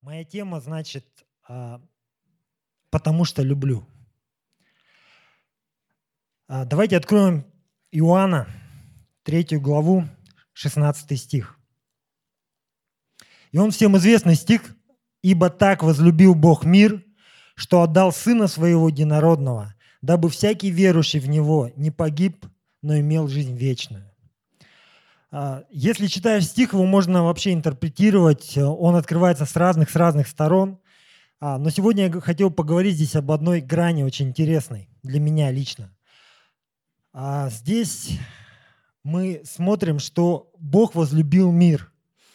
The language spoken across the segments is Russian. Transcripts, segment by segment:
Моя тема, значит, «Потому что люблю». Давайте откроем Иоанна, 3 главу, 16 стих. И он всем известный стих: «Ибо так возлюбил Бог мир, что отдал Сына Своего Единородного, дабы всякий верующий в Него не погиб, но имел жизнь вечную». Если читаешь стих, его можно вообще интерпретировать, он открывается с разных сторон. Но сегодня я хотел поговорить здесь об одной грани очень интересной для меня лично. Здесь мы смотрим, что Бог возлюбил мир.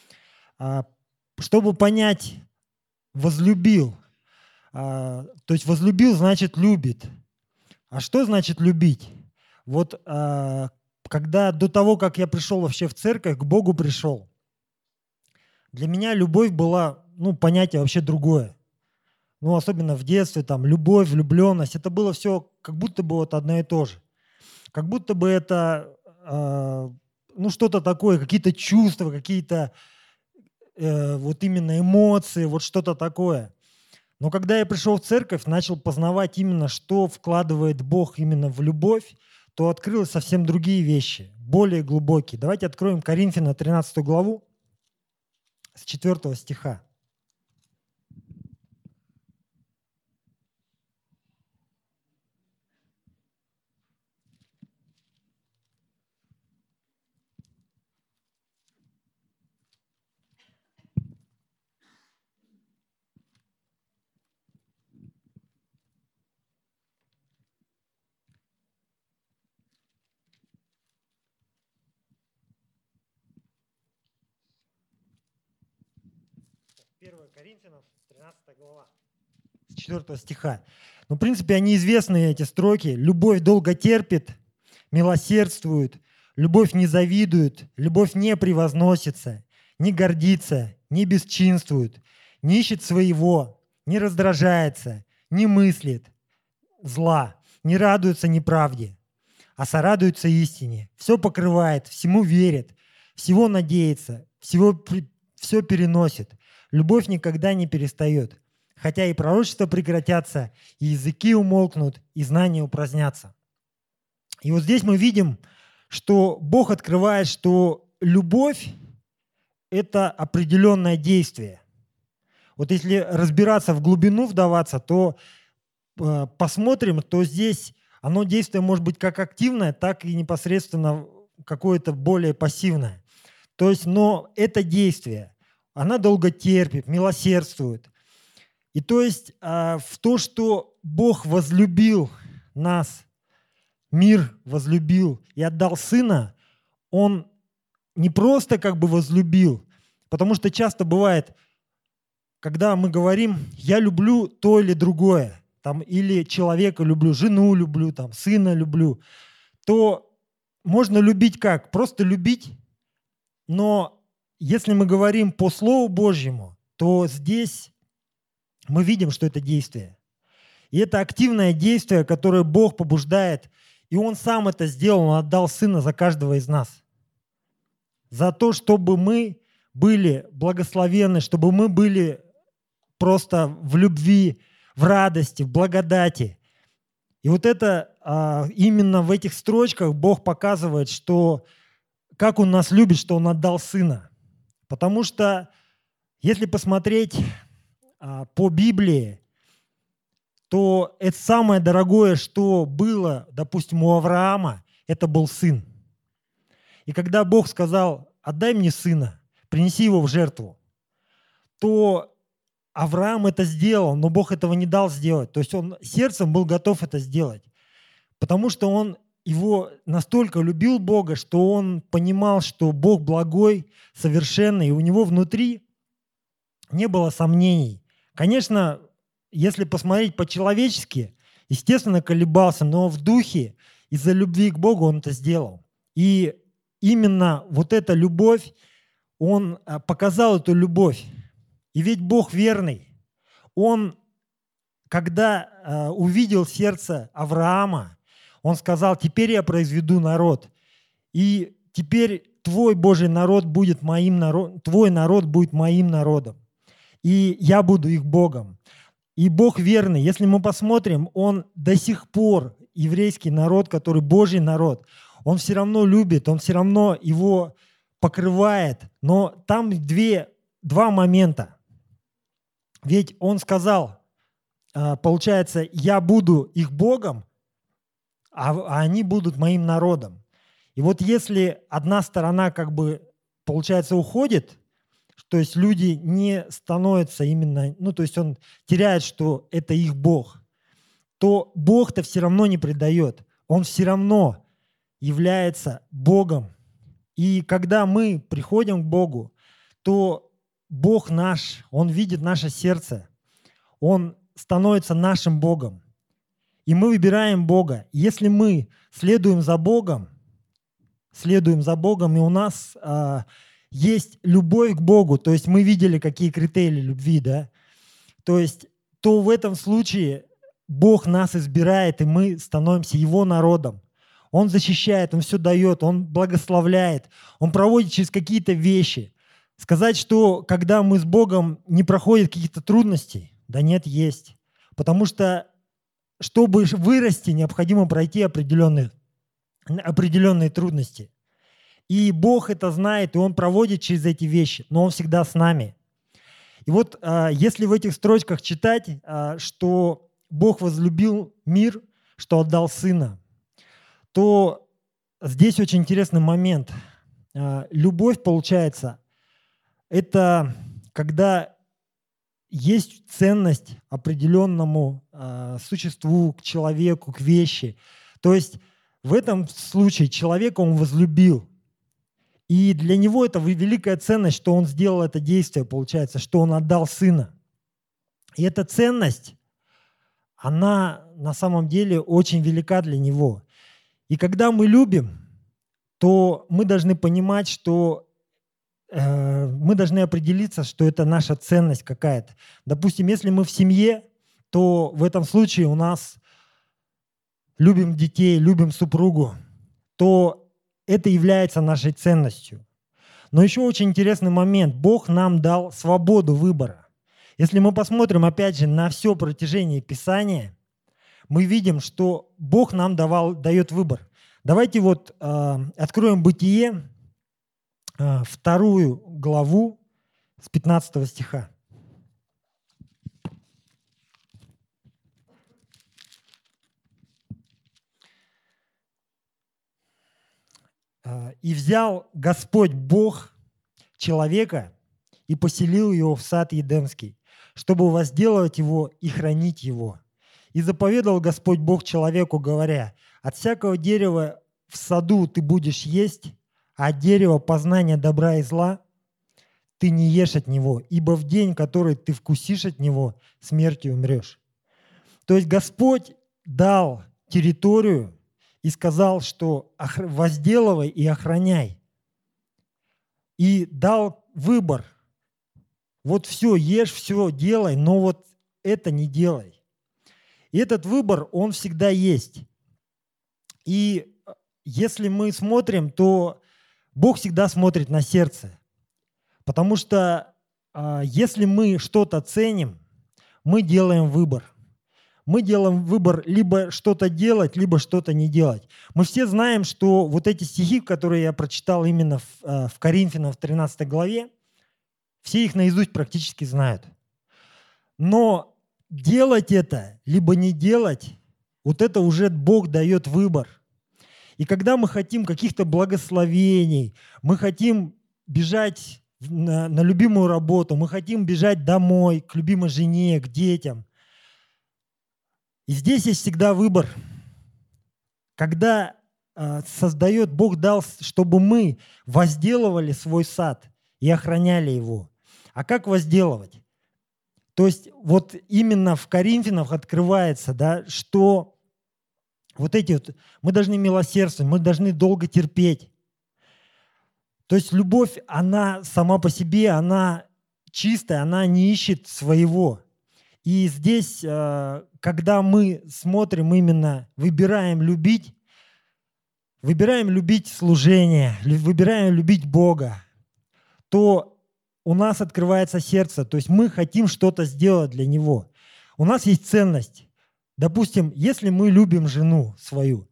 Чтобы понять «возлюбил», то есть «возлюбил» значит «любит». А что значит «любить»? Вот когда до того, как я пришел вообще в церковь, к Богу пришел, для меня любовь была, понятие вообще другое. Особенно в детстве, любовь, влюбленность, это было все как будто бы вот одно и то же. Как будто бы это, что-то такое, какие-то чувства, какие-то вот именно эмоции, вот что-то такое. Но когда я пришел в церковь, начал познавать именно, что вкладывает Бог именно в любовь, то открылось совсем другие вещи, более глубокие. Давайте откроем Коринфянам 13 главу с 4 стиха. Коринфянам 13 глава, с 4 стиха. В принципе, они известны, эти строки. «Любовь долго терпит, милосердствует, любовь не завидует, любовь не превозносится, не гордится, не бесчинствует, не ищет своего, не раздражается, не мыслит зла, не радуется неправде, а сорадуется истине, все покрывает, всему верит, всего надеется, все переносит. Любовь никогда не перестает, хотя и пророчества прекратятся, и языки умолкнут, и знания упразднятся». И вот здесь мы видим, что Бог открывает, что любовь – это определенное действие. Вот если разбираться в глубину, вдаваться, то посмотрим, то здесь оно действие может быть как активное, так и непосредственно какое-то более пассивное. То есть, но это действие. Она долго терпит, милосердствует. И то есть в то, что Бог возлюбил нас, мир возлюбил и отдал Сына, Он не просто как бы возлюбил, потому что часто бывает, когда мы говорим «я люблю то или другое», или человека люблю, жену люблю, сына люблю, то можно любить как? Просто любить, но если мы говорим по Слову Божьему, то здесь мы видим, что это действие. И это активное действие, которое Бог побуждает, и Он сам это сделал, Он отдал Сына за каждого из нас. За то, чтобы мы были благословенны, чтобы мы были просто в любви, в радости, в благодати. И вот это именно в этих строчках Бог показывает, что как Он нас любит, что Он отдал Сына. Потому что если посмотреть по Библии, то это самое дорогое, что было, допустим, у Авраама, это был сын. И когда Бог сказал: «Отдай мне сына, принеси его в жертву», то Авраам это сделал, но Бог этого не дал сделать. То есть он сердцем был готов это сделать, потому что он его настолько любил Бога, что он понимал, что Бог благой, совершенный, и у него внутри не было сомнений. Конечно, если посмотреть по-человечески, естественно, колебался, но в духе из-за любви к Богу он это сделал. И именно вот эта любовь, он показал эту любовь. И ведь Бог верный. Он, когда увидел сердце Авраама, он сказал: «Теперь я произведу народ, и теперь твой Божий народ будет моим народом, твой народ будет моим народом». и я буду их Богом. И Бог верный. Если мы посмотрим, Он до сих пор, еврейский народ, который Божий народ, Он все равно любит, Он все равно его покрывает. Но там два момента. Ведь Он сказал, получается, я буду их Богом, а они будут моим народом. И вот если одна сторона получается, уходит, то есть люди не становятся именно, то есть он теряет, что это их Бог, то Бог-то все равно не предает. Он все равно является Богом. И когда мы приходим к Богу, то Бог наш, Он видит наше сердце, Он становится нашим Богом. И мы выбираем Бога. Если мы следуем за Богом, и у нас есть любовь к Богу, то есть мы видели, какие критерии любви, да, то в этом случае Бог нас избирает, и мы становимся Его народом. Он защищает, Он все дает, Он благословляет, Он проводит через какие-то вещи. Сказать, что когда мы с Богом не проходят каких-то трудностей, да нет, есть. Потому что, чтобы вырасти, необходимо пройти определенные трудности. И Бог это знает, и Он проводит через эти вещи, но Он всегда с нами. И вот если в этих строчках читать, что Бог возлюбил мир, что отдал Сына, то здесь очень интересный момент. Любовь, получается, это когда есть ценность определенному существу, к человеку, к вещи. То есть в этом случае человека Он возлюбил. И для него это великая ценность, что он сделал это действие, получается, что он отдал Сына. И эта ценность, она на самом деле очень велика для него. И когда мы любим, то мы должны понимать, что мы должны определиться, что это наша ценность какая-то. Допустим, если мы в семье, то в этом случае у нас любим детей, любим супругу, то это является нашей ценностью. Но еще очень интересный момент. Бог нам дал свободу выбора. Если мы посмотрим, опять же, на все протяжение Писания, мы видим, что Бог нам дает выбор. Давайте откроем Бытие, 2 главу с 15 стиха. «И взял Господь Бог человека и поселил его в сад Едемский, чтобы возделывать его и хранить его. И заповедал Господь Бог человеку, говоря: от всякого дерева в саду ты будешь есть, а от дерева познания добра и зла ты не ешь от него, ибо в день, который ты вкусишь от него, смертью умрешь». То есть Господь дал территорию и сказал, что возделывай и охраняй. И дал выбор. Вот все ешь, все делай, но вот это не делай. И этот выбор, он всегда есть. И если мы смотрим, то Бог всегда смотрит на сердце. Потому что если мы что-то ценим, мы делаем выбор. Мы делаем выбор либо что-то делать, либо что-то не делать. Мы все знаем, что вот эти стихи, которые я прочитал именно в Коринфянам в 13 главе, все их наизусть практически знают. Но делать это, либо не делать, вот это уже Бог дает выбор. И когда мы хотим каких-то благословений, мы хотим бежать на любимую работу, мы хотим бежать домой, к любимой жене, к детям. И здесь есть всегда выбор. Когда Бог дал, чтобы мы возделывали свой сад и охраняли его. А как возделывать? То есть вот именно в Коринфянах открывается, да, что мы должны милосердствовать, мы должны долго терпеть. То есть любовь, она сама по себе, она чистая, она не ищет своего. И здесь, когда мы смотрим именно, выбираем любить служение, выбираем любить Бога, то у нас открывается сердце, то есть мы хотим что-то сделать для него. У нас есть ценность. Допустим, если мы любим жену свою,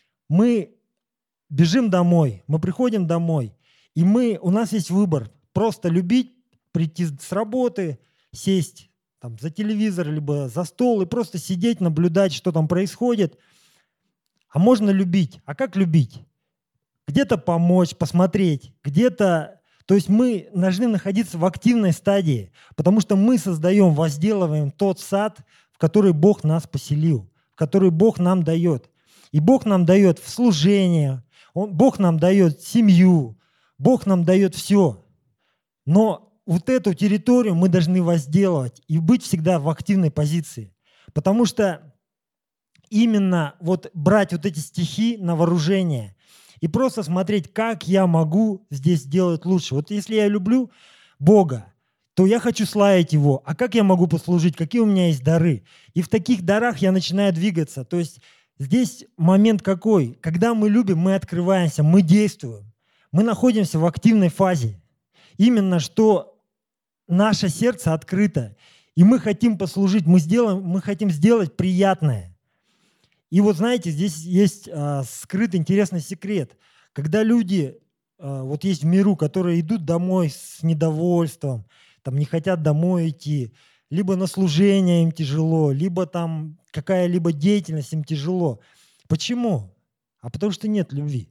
мы бежим домой, мы приходим домой, и у нас есть выбор: просто любить, прийти с работы, сесть там за телевизор, либо за стол и просто сидеть, наблюдать, что там происходит. А можно любить. А как любить? Где-то помочь, посмотреть, где-то... То есть мы должны находиться в активной стадии, потому что мы создаем, возделываем тот сад, в который Бог нас поселил, в который Бог нам дает. И Бог нам дает в служение, Бог нам дает семью, Бог нам дает все. Но вот эту территорию мы должны возделывать и быть всегда в активной позиции. Потому что именно вот брать вот эти стихи на вооружение и просто смотреть, как я могу здесь сделать лучше. Вот если я люблю Бога, то я хочу славить Его. А как я могу послужить? Какие у меня есть дары? И в таких дарах я начинаю двигаться. То есть здесь момент какой? Когда мы любим, мы открываемся, мы действуем. Мы находимся в активной фазе. Именно что наше сердце открыто. И мы хотим послужить, мы хотим сделать приятное. И вот знаете, здесь есть скрыт интересный секрет. Когда люди, вот есть в миру, которые идут домой с недовольством, там не хотят домой идти, либо на служение им тяжело, либо там какая-либо деятельность им тяжело. Почему? А потому что нет любви.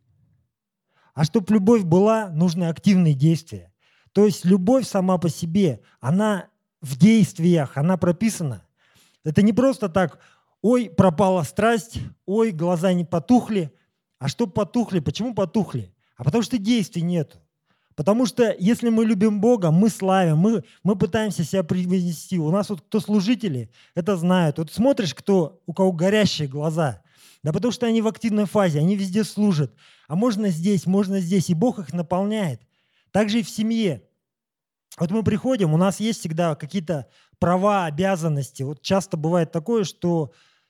А чтобы любовь была, нужны активные действия. То есть любовь сама по себе, она в действиях, она прописана. Это не просто так: ой, пропала страсть, ой, глаза не потухли. А что потухли? Почему потухли? А потому что действий нету. Потому что если мы любим Бога, мы славим, мы пытаемся себя привнести. У нас вот кто служители, это знают. Вот смотришь, у кого горящие глаза. Да потому что они в активной фазе, они везде служат. А можно здесь, и Бог их наполняет. Также и в семье. Вот мы приходим, у нас есть всегда какие-то права, обязанности. Вот часто бывает такое, что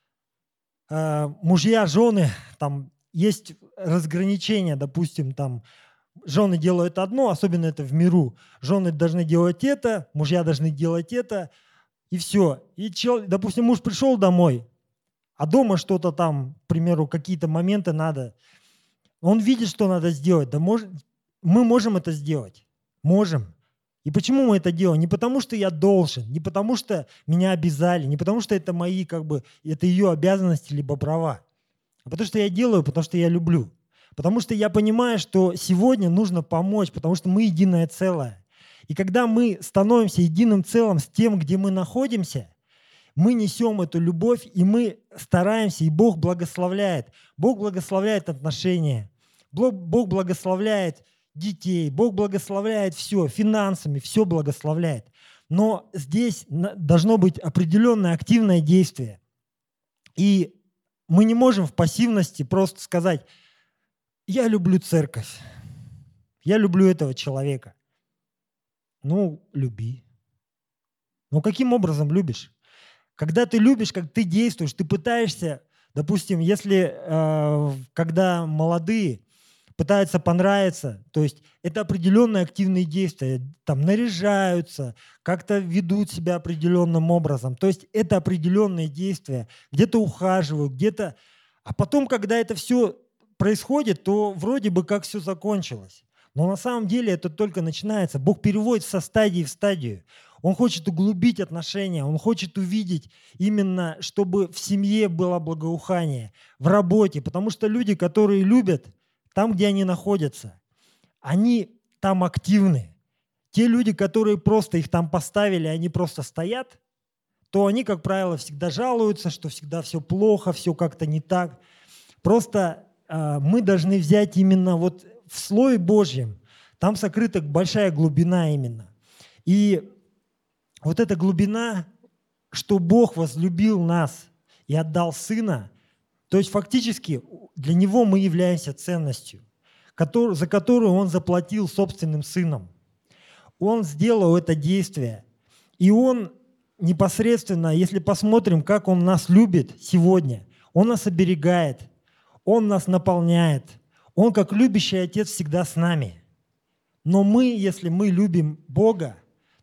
мужья, жены, там есть разграничения, допустим, там жены делают одно, особенно это в миру. Жены должны делать это, мужья должны делать это, и все. И, допустим, муж пришел домой, а дома что-то там, к примеру, какие-то моменты надо. Он видит, что надо сделать. Да мы можем это сделать. Можем. И почему мы это делаем? Не потому, что я должен, не потому, что меня обязали, не потому, что это мои, это ее обязанности либо права, а потому что я делаю, потому что я люблю. Потому что я понимаю, что сегодня нужно помочь, потому что мы единое целое. И когда мы становимся единым целым с тем, где мы находимся, мы несем эту любовь, и мы стараемся, и Бог благословляет. Бог благословляет отношения, Бог благословляет детей, Бог благословляет все, финансами, все благословляет. Но здесь должно быть определенное активное действие. И мы не можем в пассивности просто сказать: я люблю церковь, я люблю этого человека. Ну, люби. Ну, каким образом любишь? Когда ты любишь, как ты действуешь, ты пытаешься, допустим, когда молодые пытаются понравиться, то есть это определенные активные действия, там наряжаются, как-то ведут себя определенным образом, то есть это определенные действия, где-то ухаживают, где-то... А потом, когда это все происходит, то вроде бы как все закончилось. Но на самом деле это только начинается. Бог переводит со стадии в стадию. Он хочет углубить отношения, Он хочет увидеть именно, чтобы в семье было благоухание, в работе. Потому что люди, которые любят там, где они находятся, они там активны. Те люди, которые просто их там поставили, они просто стоят, то они, как правило, всегда жалуются, что всегда все плохо, все как-то не так. Просто мы должны взять именно вот в Слове Божьем, там сокрыта большая глубина именно. И вот эта глубина, что Бог возлюбил нас и отдал Сына, то есть фактически для Него мы являемся ценностью, за которую Он заплатил собственным Сыном. Он сделал это действие. И Он непосредственно, если посмотрим, как Он нас любит сегодня, Он нас оберегает, Он нас наполняет. Он, как любящий Отец, всегда с нами. Но мы, если мы любим Бога,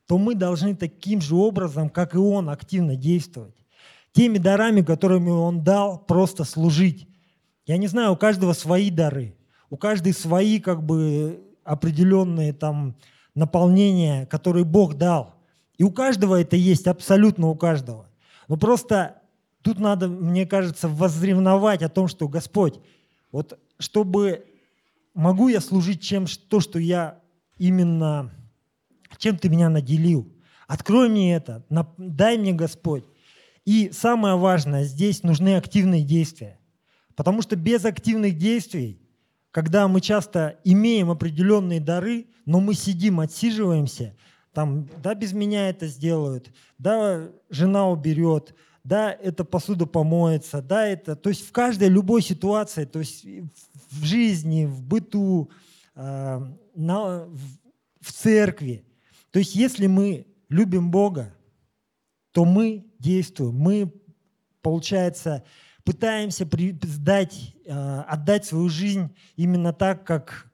то мы должны таким же образом, как и Он, активно действовать. Теми дарами, которыми Он дал, просто служить. Я не знаю, у каждого свои дары, у каждой свои определенные наполнения, которые Бог дал. И у каждого это есть, абсолютно у каждого. Но просто тут надо, мне кажется, возревновать о том, что Господь, вот чтобы могу я служить чем то, что я именно, чем Ты меня наделил. Открой мне это, дай мне, Господь. И самое важное, здесь нужны активные действия. Потому что без активных действий, когда мы часто имеем определенные дары, но мы сидим, отсиживаемся, да, без меня это сделают, да, жена уберет, да, эта посуда помоется, да, это, то есть в каждой, любой ситуации, то есть в жизни, в быту, в церкви. То есть если мы любим Бога, то мы действуем, мы, получается, пытаемся отдать свою жизнь именно так, как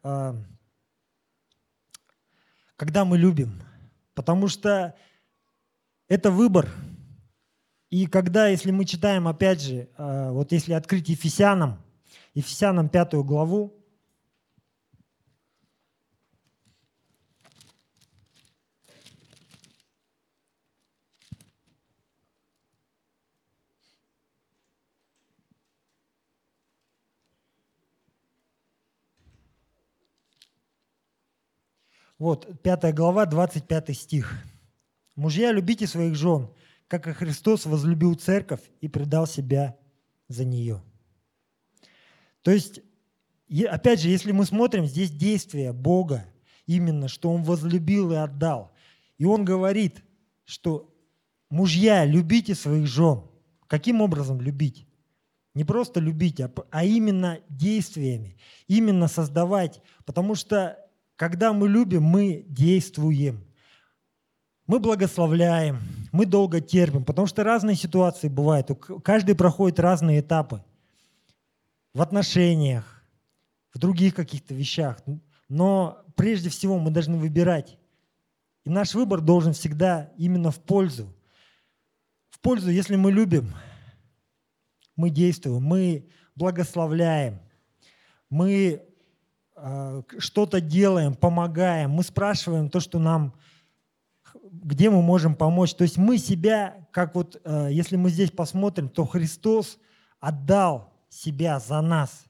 когда мы любим. Потому что это выбор. И когда, если мы читаем, опять же, вот если открыть Ефесянам 5 главу, вот, 5 глава, 25 стих. «Мужья, любите своих жен, как и Христос возлюбил церковь и предал себя за нее». То есть, опять же, если мы смотрим, здесь действие Бога, именно, что Он возлюбил и отдал. И Он говорит, что мужья, любите своих жен. Каким образом любить? Не просто любить, а именно действиями, именно создавать. Потому что когда мы любим, мы действуем. Мы благословляем, мы долго терпим, потому что разные ситуации бывают. Каждый проходит разные этапы в отношениях, в других каких-то вещах. Но прежде всего мы должны выбирать. И наш выбор должен всегда именно в пользу. В пользу, если мы любим, мы действуем, мы благословляем, мы что-то делаем, помогаем, мы спрашиваем то, что нам, где мы можем помочь. То есть мы себя, как вот, если мы здесь посмотрим, то Христос отдал себя за нас.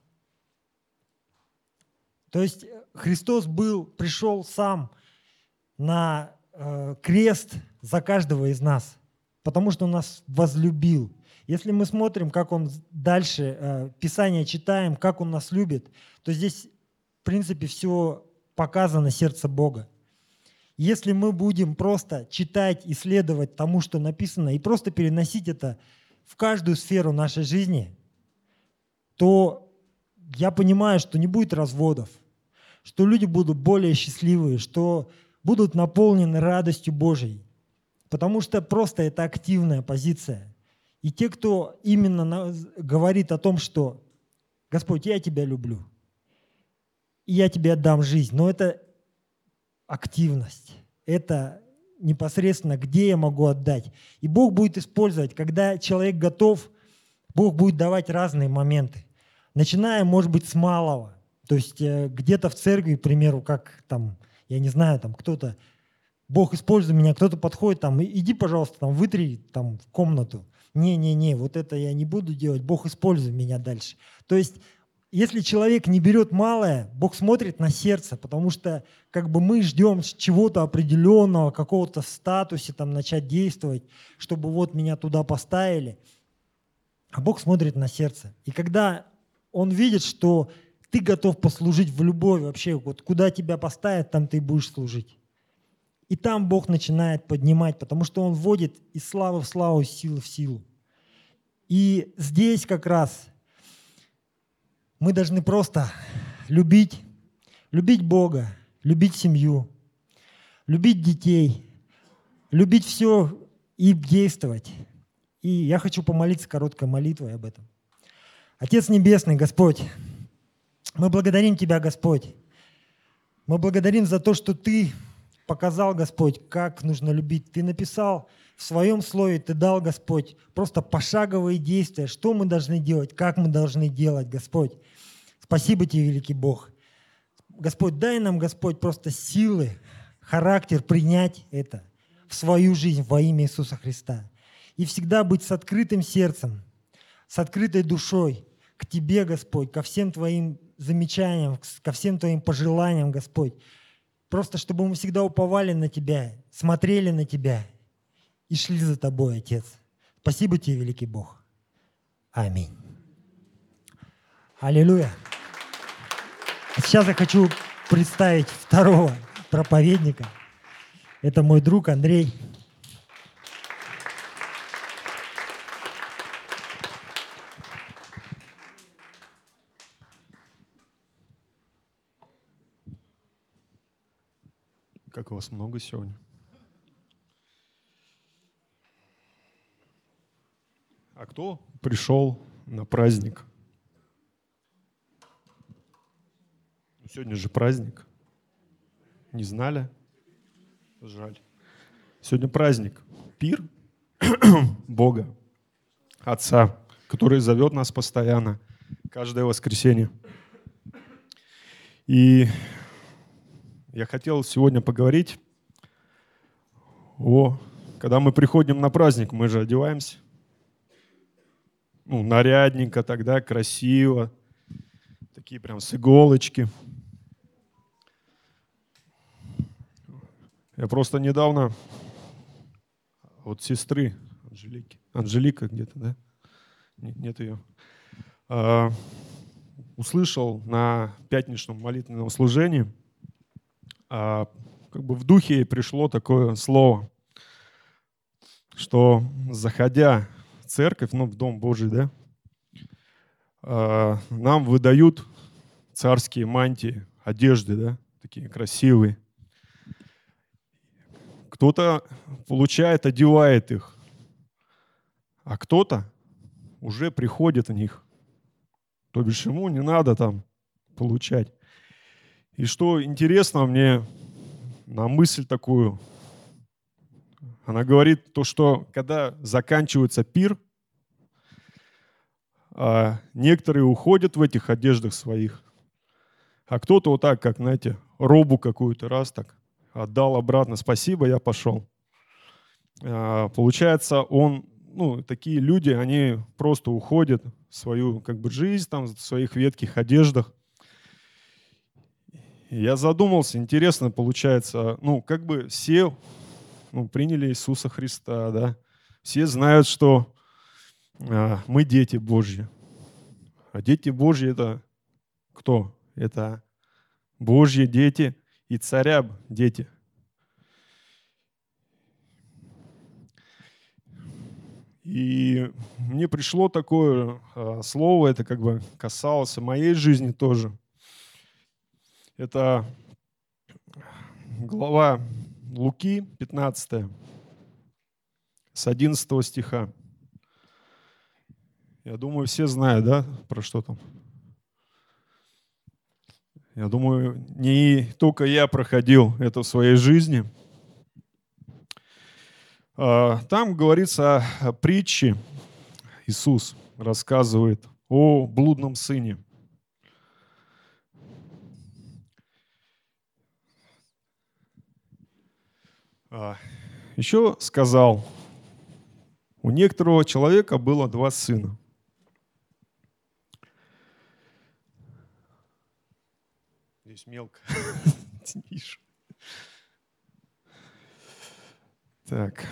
То есть Христос пришел сам на крест за каждого из нас, потому что Он нас возлюбил. Если мы смотрим, как Он дальше, Писание читаем, как Он нас любит, то здесь, в принципе, все показано сердце Бога. Если мы будем просто читать, исследовать тому, что написано, и просто переносить это в каждую сферу нашей жизни, то я понимаю, что не будет разводов, что люди будут более счастливые, что будут наполнены радостью Божией, потому что просто это активная позиция. И те, кто именно говорит о том, что «Господь, я Тебя люблю, и я Тебе отдам жизнь», но это активность, это непосредственно, где я могу отдать. И Бог будет использовать, когда человек готов, Бог будет давать разные моменты, начиная, может быть, с малого. То есть где-то в церкви, к примеру, как я не знаю, кто-то, Бог использует меня, кто-то подходит, иди, пожалуйста, вытри комнату. Не, вот это я не буду делать, Бог использует меня дальше. То есть если человек не берет малое, Бог смотрит на сердце, потому что мы ждем чего-то определенного, какого-то статуса, начать действовать, чтобы вот меня туда поставили. А Бог смотрит на сердце. И когда Он видит, что ты готов послужить в любой вообще, вот куда тебя поставят, там ты будешь служить. И там Бог начинает поднимать, потому что Он вводит из славы в славу, из силы в силу. И здесь как раз мы должны просто любить Бога, любить семью, любить детей, любить все и действовать. И я хочу помолиться короткой молитвой об этом. Отец Небесный, Господь, мы благодарим Тебя, Господь. Мы благодарим за то, что Ты показал, Господь, как нужно любить. Ты написал в своем слове, Ты дал, Господь, просто пошаговые действия, что мы должны делать, как мы должны делать, Господь. Спасибо Тебе, великий Бог. Господь, дай нам, Господь, просто силы, характер принять это в свою жизнь во имя Иисуса Христа. И всегда быть с открытым сердцем, с открытой душой к Тебе, Господь, ко всем Твоим замечаниям, ко всем Твоим пожеланиям, Господь. Просто чтобы мы всегда уповали на Тебя, смотрели на Тебя и шли за Тобой, Отец. Спасибо Тебе, великий Бог. Аминь. Аллилуйя. А сейчас я хочу представить второго проповедника. Это мой друг Андрей. Как вас много сегодня. А кто пришел на праздник? Сегодня же праздник. Не знали? Жаль. Сегодня праздник. Пир Бога, Отца, который зовет нас постоянно, каждое воскресенье. И я хотел сегодня поговорить когда мы приходим на праздник, мы же одеваемся, нарядненько тогда, красиво, такие прям с иголочки. Я просто недавно от сестры Анжелика где-то, да? Нет ее. Услышал на пятничном молитвенном служении, как бы в духе пришло такое слово, что заходя в церковь, в Дом Божий, да, нам выдают царские мантии, одежды, да, такие красивые. Кто-то получает, одевает их, а кто-то уже приходит в них. То бишь ему не надо там получать. И что интересно мне, на мысль такую, она говорит то, что когда заканчивается пир, некоторые уходят в этих одеждах своих, а кто-то вот так, как, знаете, робу какую-то раз так отдал обратно, спасибо, я пошел. Получается, такие люди, они просто уходят в свою как бы жизнь, там, в своих ветхих одеждах. И я задумался, интересно получается, как бы все приняли Иисуса Христа, да, все знают, что мы дети Божьи. А дети Божьи — это кто? Это Божьи дети и царя дети. И мне пришло такое слово, это как бы касалось моей жизни тоже. Это глава Луки, 15, с 11 стиха. Я думаю, все знают, да, про что там? Я думаю, не только я проходил это в своей жизни. Там говорится о притче. Иисус рассказывает о блудном сыне. Еще сказал, у некоторого человека было 2 сына. Здесь мелко. Так.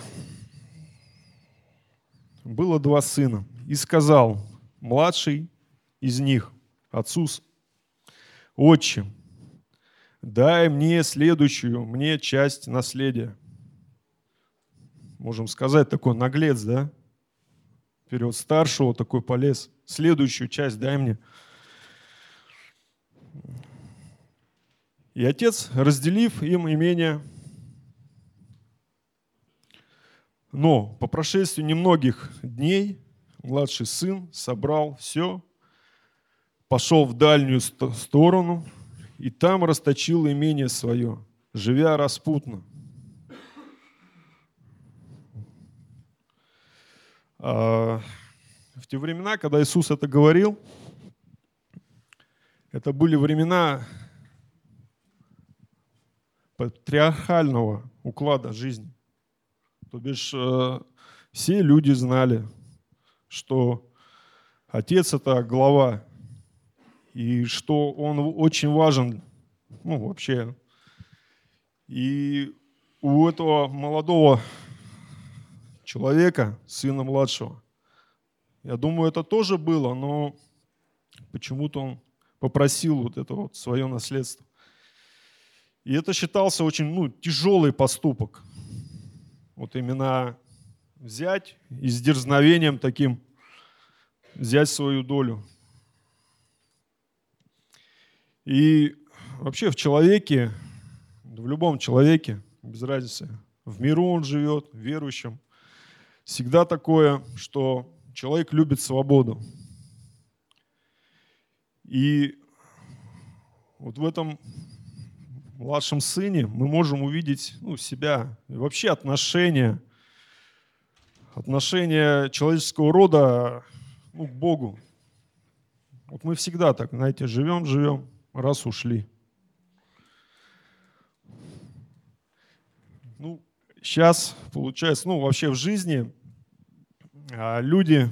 Было 2 сына. И сказал младший из них отцу: «Отче, дай мне следующую мне часть наследия». Можем сказать, такой наглец, да? Вперед старшего такой полез. Следующую часть дай мне. И отец, разделив им имение, но по прошествии немногих дней младший сын собрал все, пошел в дальнюю сторону и там расточил имение свое, живя распутно. В те времена, когда Иисус это говорил, это были времена патриархального уклада жизни. То бишь все люди знали, что отец – это глава, и что он очень важен, ну, вообще. И у этого молодого человека, сына младшего, я думаю, это тоже было, но почему-то он попросил вот это вот свое наследство. И это считался очень тяжелый поступок. Вот именно взять и с дерзновением таким взять свою долю. И вообще в человеке, в любом человеке, без разницы, в миру он живет, верующим, всегда такое, что человек любит свободу. И вот в этом младшем сыне мы можем увидеть себя и вообще отношения человеческого рода к Богу. Вот мы всегда так, знаете, живем, раз ушли. Сейчас, получается, вообще в жизни люди,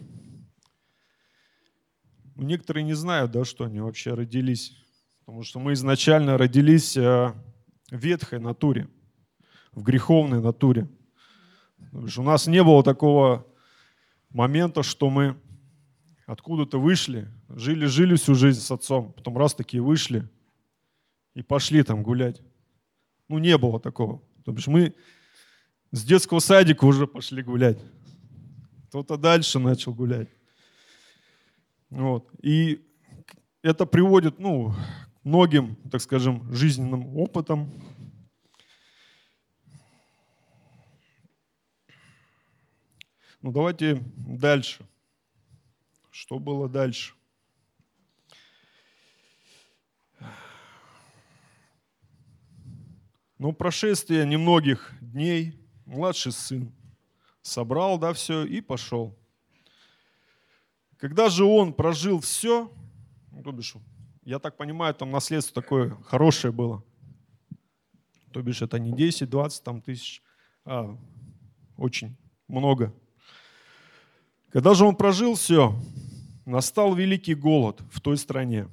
некоторые не знают, да, что они вообще родились. Потому что мы изначально родились в ветхой натуре, в греховной натуре. Потому что у нас не было такого момента, что мы откуда-то вышли, жили всю жизнь с отцом, потом раз такие вышли и пошли там гулять. Не было такого. Потому что мы с детского садика уже пошли гулять. Кто-то дальше начал гулять. Вот. И это приводит, к многим, так скажем, жизненным опытам. Давайте дальше. Что было дальше? Прошествие немногих дней младший сын собрал, да, все и пошел. Когда же он прожил все, то бишь, я так понимаю, там наследство такое хорошее было. То бишь это не 10-20 тысяч, а очень много. Когда же он прожил все, настал великий голод в той стране.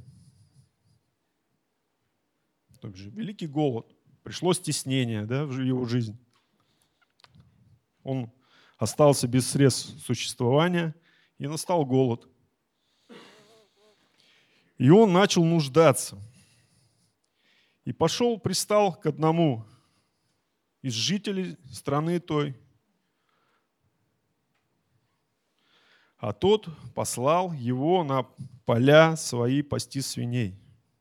То бишь великий голод. Пришло стеснение, да, в его жизнь. Он остался без средств существования, и настал голод. И он начал нуждаться. И пристал к одному из жителей страны той. А тот послал его на поля свои пасти свиней.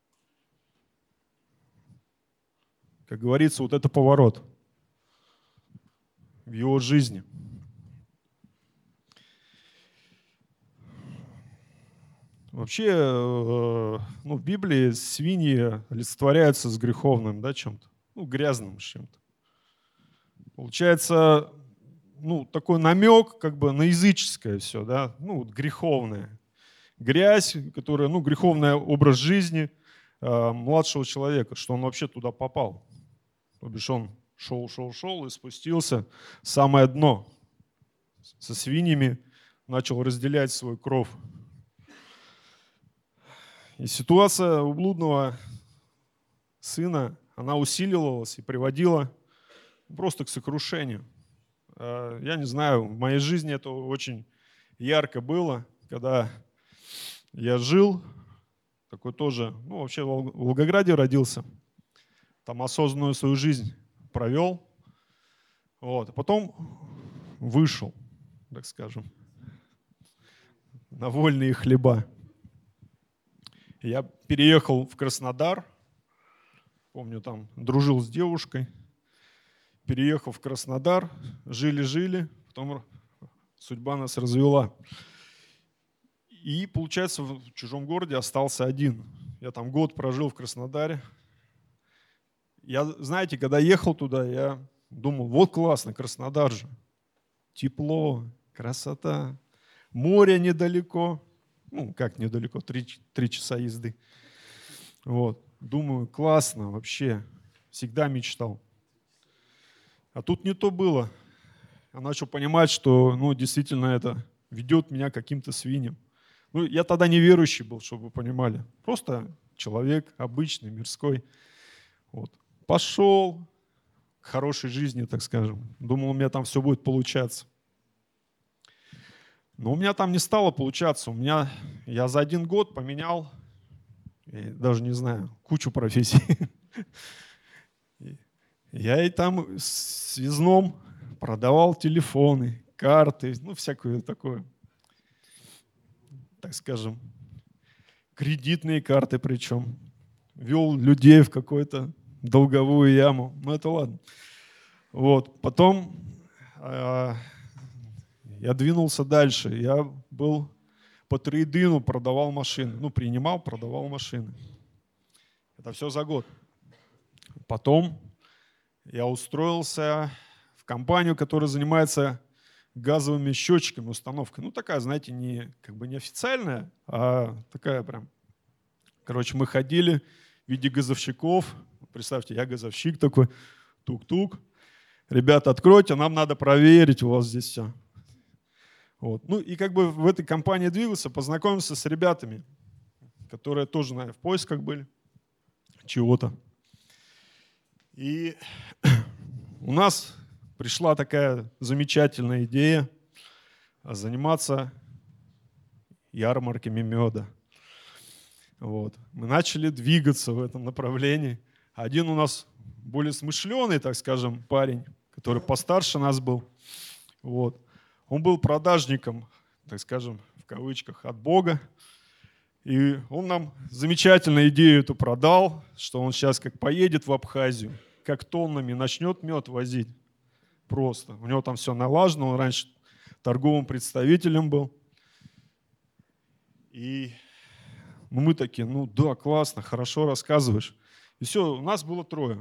Как говорится, вот это поворот в его жизни. Вообще, в Библии свиньи олицетворяются с греховным, да, чем-то, грязным чем-то. Получается, такой намек как бы на языческое все, да, греховное. Грязь, которая, греховный образ жизни младшего человека, что он вообще туда попал. То бишь он шел и спустился в самое дно. Со свиньями начал разделять свой кров. И ситуация у блудного сына, она усиливалась и приводила просто к сокрушению. Я не знаю, в моей жизни это очень ярко было, когда я жил, такой тоже, вообще в Волгограде родился, там осознанную свою жизнь провел, вот, а потом вышел, так скажем, на вольные хлеба. Я переехал в Краснодар, помню, там дружил с девушкой, переехал в Краснодар, жили, потом судьба нас развела. И, получается, в чужом городе остался один. Я там год прожил в Краснодаре. Я, знаете, когда ехал туда, я думал, вот классно, Краснодар же. Тепло, красота, море недалеко. Ну, как недалеко, 3 часа езды. Вот. Думаю, классно вообще. Всегда мечтал. А тут не то было. Я начал понимать, что действительно это ведет меня к каким-то свиньям. Я тогда неверующий был, чтобы вы понимали. Просто человек обычный, мирской. Вот. Пошел к хорошей жизни, так скажем. Думал, у меня там все будет получаться. Но у меня там не стало получаться. Я за 1 год поменял, даже не знаю, кучу профессий. Я и там связном продавал телефоны, карты, всякое такое, так скажем, кредитные карты причем. Вел людей в какую-то долговую яму. Это ладно. Вот. Потом я двинулся дальше. Я был по трейдину, продавал машины. Принимал, продавал машины. Это все за год. Потом я устроился в компанию, которая занимается газовыми счетчиками, установкой. Такая, знаете, не официальная, а такая прям. Короче, мы ходили в виде газовщиков. Представьте, я газовщик такой, тук-тук. Ребята, откройте, нам надо проверить у вас здесь все. Вот. И в этой компании двигался, познакомился с ребятами, которые тоже, наверное, в поисках были чего-то. И у нас пришла такая замечательная идея заниматься ярмарками меда. Вот. Мы начали двигаться в этом направлении. Один у нас более смышленый, так скажем, парень, который постарше нас был. Вот. Он был продажником, так скажем, в кавычках, от Бога. И он нам замечательную идею эту продал, что он сейчас как поедет в Абхазию, как тоннами начнет мед возить. Просто. У него там все налажено, он раньше торговым представителем был. И мы такие, да, классно, хорошо рассказываешь. И все, у нас было 3.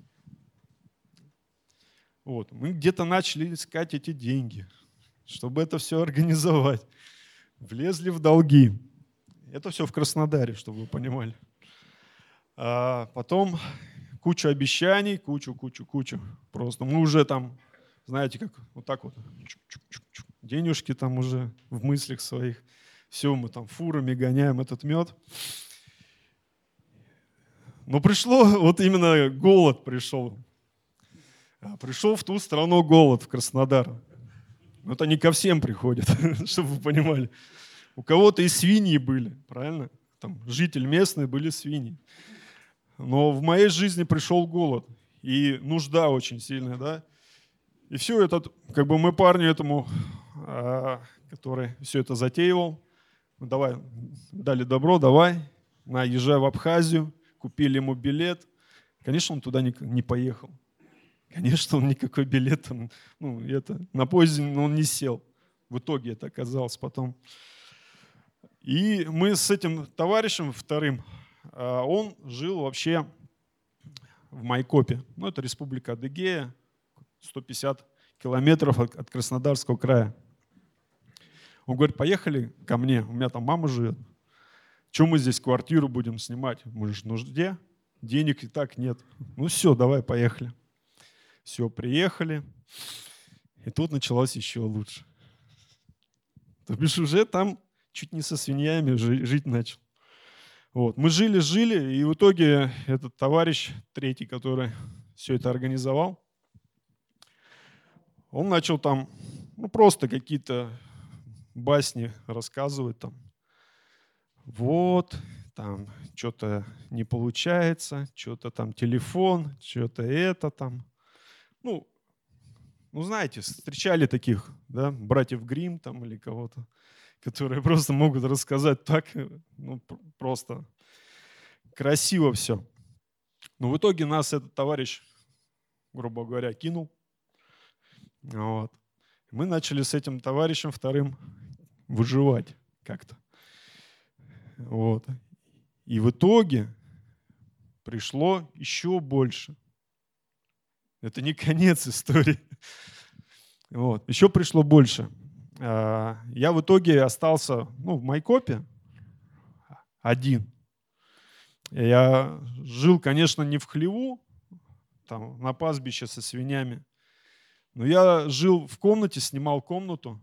Вот. Мы где-то начали искать эти деньги, чтобы это все организовать. Влезли в долги. Это все в Краснодаре, чтобы вы понимали. А потом кучу обещаний, кучу. Просто мы уже там, знаете, как вот так вот, денежки там уже в мыслях своих. Все, мы там фурами гоняем этот мед. Но пришло, вот именно голод пришел. Пришел в ту страну голод, в Краснодар. Но это не ко всем приходит, чтобы вы понимали. У кого-то и свиньи были, правильно? Там житель местный, были свиньи. Но в моей жизни пришел голод. И нужда очень сильная, да? И все это, мы парню этому, который все это затеивал, дали добро, давай, езжай в Абхазию, купили ему билет. Конечно, он туда не поехал. Конечно, он никакой билет, на поезде он не сел. В итоге это оказалось потом. И мы с этим товарищем вторым, он жил вообще в Майкопе. Это республика Адыгея, 150 километров от Краснодарского края. Он говорит, поехали ко мне, у меня там мама живет. Чем мы здесь квартиру будем снимать? Мы же в нужде, денег и так нет. Все, давай, поехали. Все, приехали. И тут началось еще лучше. То бишь уже там чуть не со свиньями жить начал. Вот. Мы жили, и в итоге этот товарищ, третий, который все это организовал, он начал там просто какие-то басни рассказывать. Вот, там что-то не получается, что-то там телефон, что-то это там. Знаете, встречали таких, да, братьев Гримм там или кого-то, которые просто могут рассказать так, просто красиво все. Но в итоге нас этот товарищ, грубо говоря, кинул. Вот. Мы начали с этим товарищем вторым выживать как-то. Вот. И в итоге пришло еще больше. Это не конец истории. Вот. Еще пришло больше. Я в итоге остался в Майкопе один. Я жил, конечно, не в хлеву, там, на пастбище со свинями, но я жил в комнате, снимал комнату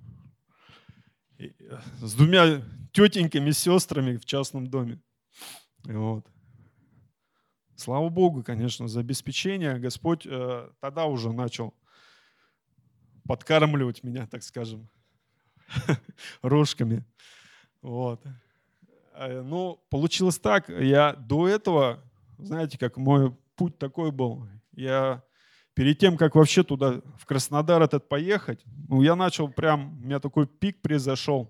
с двумя тетеньками, сестрами в частном доме. Вот. Слава Богу, конечно, за обеспечение. Господь тогда уже начал подкармливать меня, так скажем, рожками. Вот. Но получилось так. Я до этого, знаете, как мой путь такой был. Я перед тем, как вообще туда, в Краснодар этот поехать, я начал прям, у меня такой пик произошел,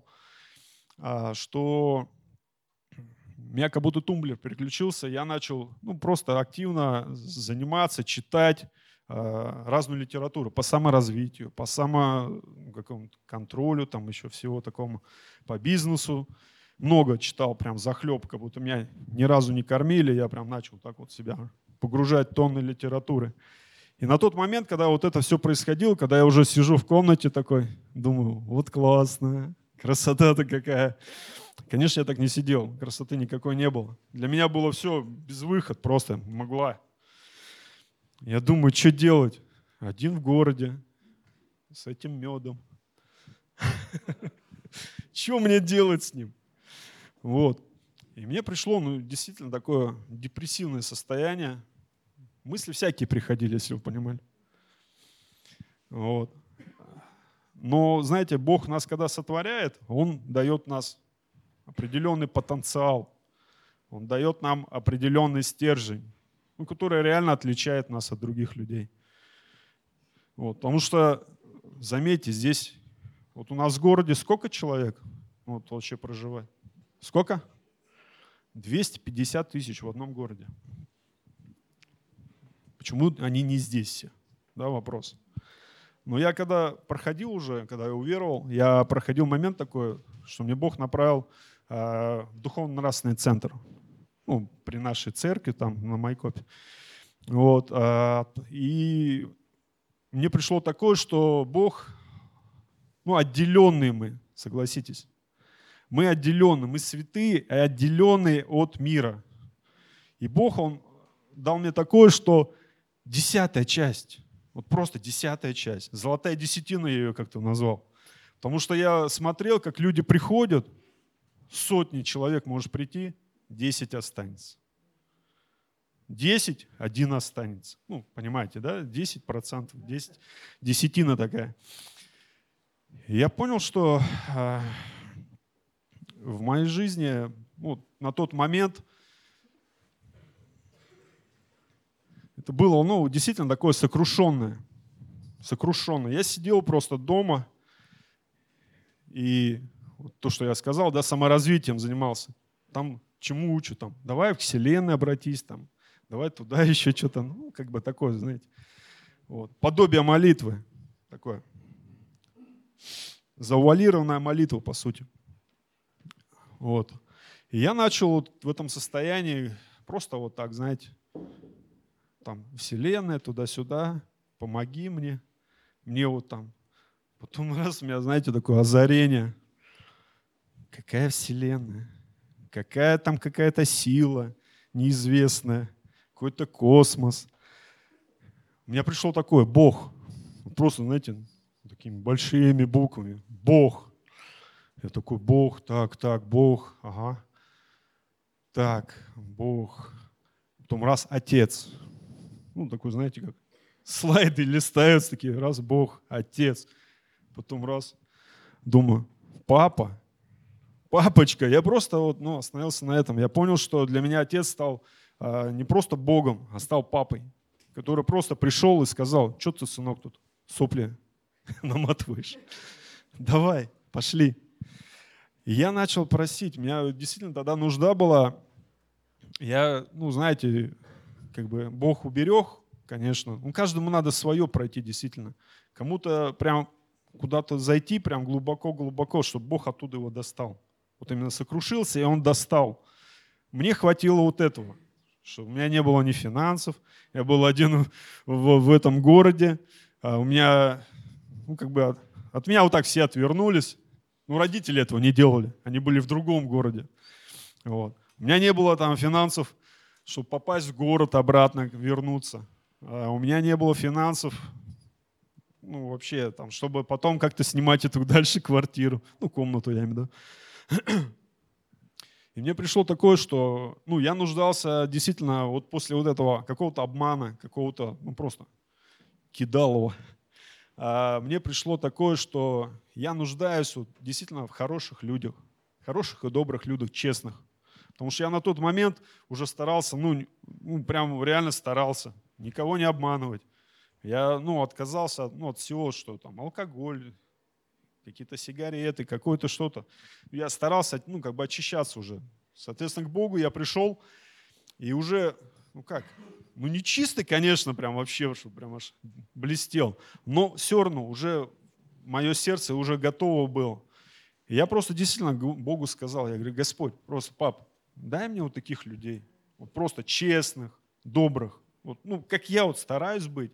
что у меня как будто тумблер переключился, я начал просто активно заниматься, читать разную литературу по саморазвитию, по самоконтролю, там еще всего такому, по бизнесу. Много читал, прям захлеб, как будто меня ни разу не кормили, я прям начал так вот себя погружать в тонны литературы. И на тот момент, когда вот это все происходило, когда я уже сижу в комнате такой, думаю, вот классно, красота-то какая. Конечно, я так не сидел, красоты никакой не было. Для меня было все безвыход, просто могла. Я думаю, что делать? Один в городе, с этим медом. Что мне делать с ним? Вот. И мне пришло, действительно такое депрессивное состояние. Мысли всякие приходили, если вы понимали. Вот. Но, знаете, Бог нас, когда сотворяет, Он дает нас определенный потенциал. Он дает нам определенный стержень, который реально отличает нас от других людей. Вот. Потому что, заметьте, здесь, вот у нас в городе сколько человек вообще проживает? Сколько? 250 тысяч в одном городе. Почему они не здесь все? Да, вопрос. Но я когда проходил уже, когда я уверовал, я проходил момент такой, что мне Бог направил в духовно-нравственный центр. При нашей церкви, там, на Майкопе. Вот. И мне пришло такое, что Бог, отделенные мы, согласитесь. Мы отделенные, мы святые, отделенные от мира. И Бог, Он дал мне такое, что 10-я часть, вот просто 10-я часть, золотая десятина я ее как-то назвал. Потому что я смотрел, как люди приходят, сотни человек может прийти, 10 останется. 10, один останется. Понимаете, да? 10%, 10, десятина такая. И я понял, что в моей жизни на тот момент это было действительно такое сокрушенное. Я сидел просто дома и то, что я сказал, да, саморазвитием занимался. Там чему учу? Там, давай к Вселенной обратись, там, давай туда еще что-то. Такое, знаете. Вот. Подобие молитвы. Такое. Завуалированная молитва, по сути. Вот. И я начал в этом состоянии просто вот так, знаете, там, Вселенная, туда-сюда, помоги мне. Мне вот там. Потом раз у меня, знаете, такое озарение. Какая Вселенная? Какая там какая-то сила неизвестная, какой-то космос. У меня пришло такое, Бог. Просто, знаете, такими большими буквами. Бог. Я такой, Бог, так, Бог, ага. Так, Бог. Потом раз, Отец. Такой, знаете, как слайды листаются такие, раз, Бог, Отец. Потом раз, думаю, Папа. Папочка, я просто остановился на этом. Я понял, что для меня отец стал не просто Богом, а стал папой, который просто пришел и сказал, что ты, сынок, тут сопли наматываешь? Давай, пошли. И я начал просить. У меня действительно тогда нужда была. Я, знаете, Бог уберег, конечно. Каждому надо свое пройти, действительно. Кому-то прям куда-то зайти, прям глубоко-глубоко, чтобы Бог оттуда его достал. Вот именно сокрушился, и он достал. Мне хватило вот этого, что у меня не было ни финансов, я был один в этом городе, у меня, от меня вот так все отвернулись. Ну, родители этого не делали, они были в другом городе. Вот. У меня не было там финансов, чтобы попасть в город обратно, вернуться. У меня не было финансов, ну, вообще, там, чтобы потом как-то снимать эту дальше квартиру, ну, комнату, я имею в виду. И мне пришло такое, что, ну, я нуждался действительно вот после вот этого какого-то обмана, какого-то, ну, просто кидалова. Мне пришло такое, что я нуждаюсь вот действительно в хороших людях, хороших и добрых людях, честных. Потому что я на тот момент уже старался, ну прям реально старался никого не обманывать. Я, ну, отказался, ну, от всего, что там, алкоголь, какие-то сигареты, какое-то что-то. Я старался, ну, как бы очищаться уже. Соответственно, к Богу я пришел и уже, ну как, ну не чистый, конечно, прям вообще, что прям аж блестел, но все равно уже мое сердце уже готово было. И я просто действительно Богу сказал, я говорю: Господь, просто, пап, дай мне вот таких людей, вот просто честных, добрых, вот, ну, как я вот стараюсь быть.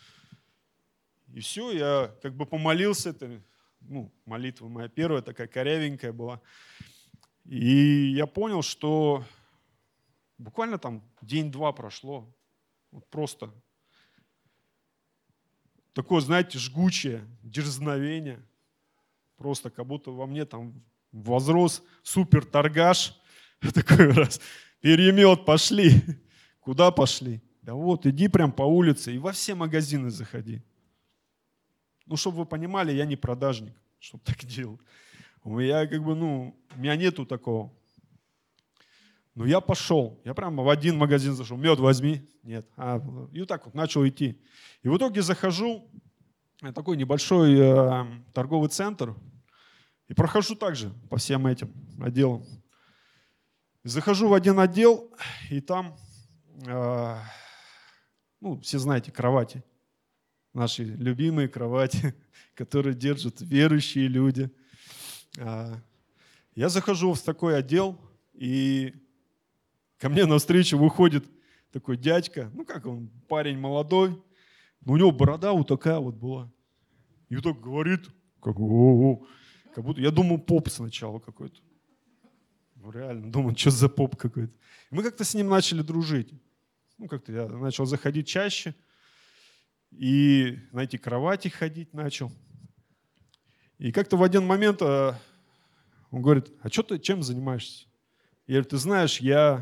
И все, я как бы помолился, это, ну, молитва моя первая, такая корявенькая была. И я понял, что буквально там день-два прошло, вот просто такое, знаете, жгучее дерзновение, просто как будто во мне там возрос супер торгаш, такой раз, перемет, пошли. Куда пошли? Да вот, иди прям по улице и во все магазины заходи. Ну, чтобы вы понимали, я не продажник, чтобы так делал. Я как бы, ну, у меня нету такого. Но я пошел, я прямо в один магазин зашел, мед возьми. Нет. И вот так вот начал идти. И в итоге захожу, такой небольшой торговый центр, и прохожу также по всем этим отделам. Захожу в один отдел, и там, ну, все знаете, кровати. Наши любимые кровати, которые держат верующие люди. Я захожу в такой отдел, и ко мне навстречу выходит такой дядька, ну как он, парень молодой, но у него борода вот такая вот была. И вот так говорит, как будто, я думал, поп сначала какой-то. Ну реально, думал, что за поп какой-то. И мы как-то с ним начали дружить. Ну как-то я начал заходить чаще. И на эти кровати ходить начал. И как-то в один момент он говорит: а что ты чем занимаешься? Я говорю: ты знаешь, я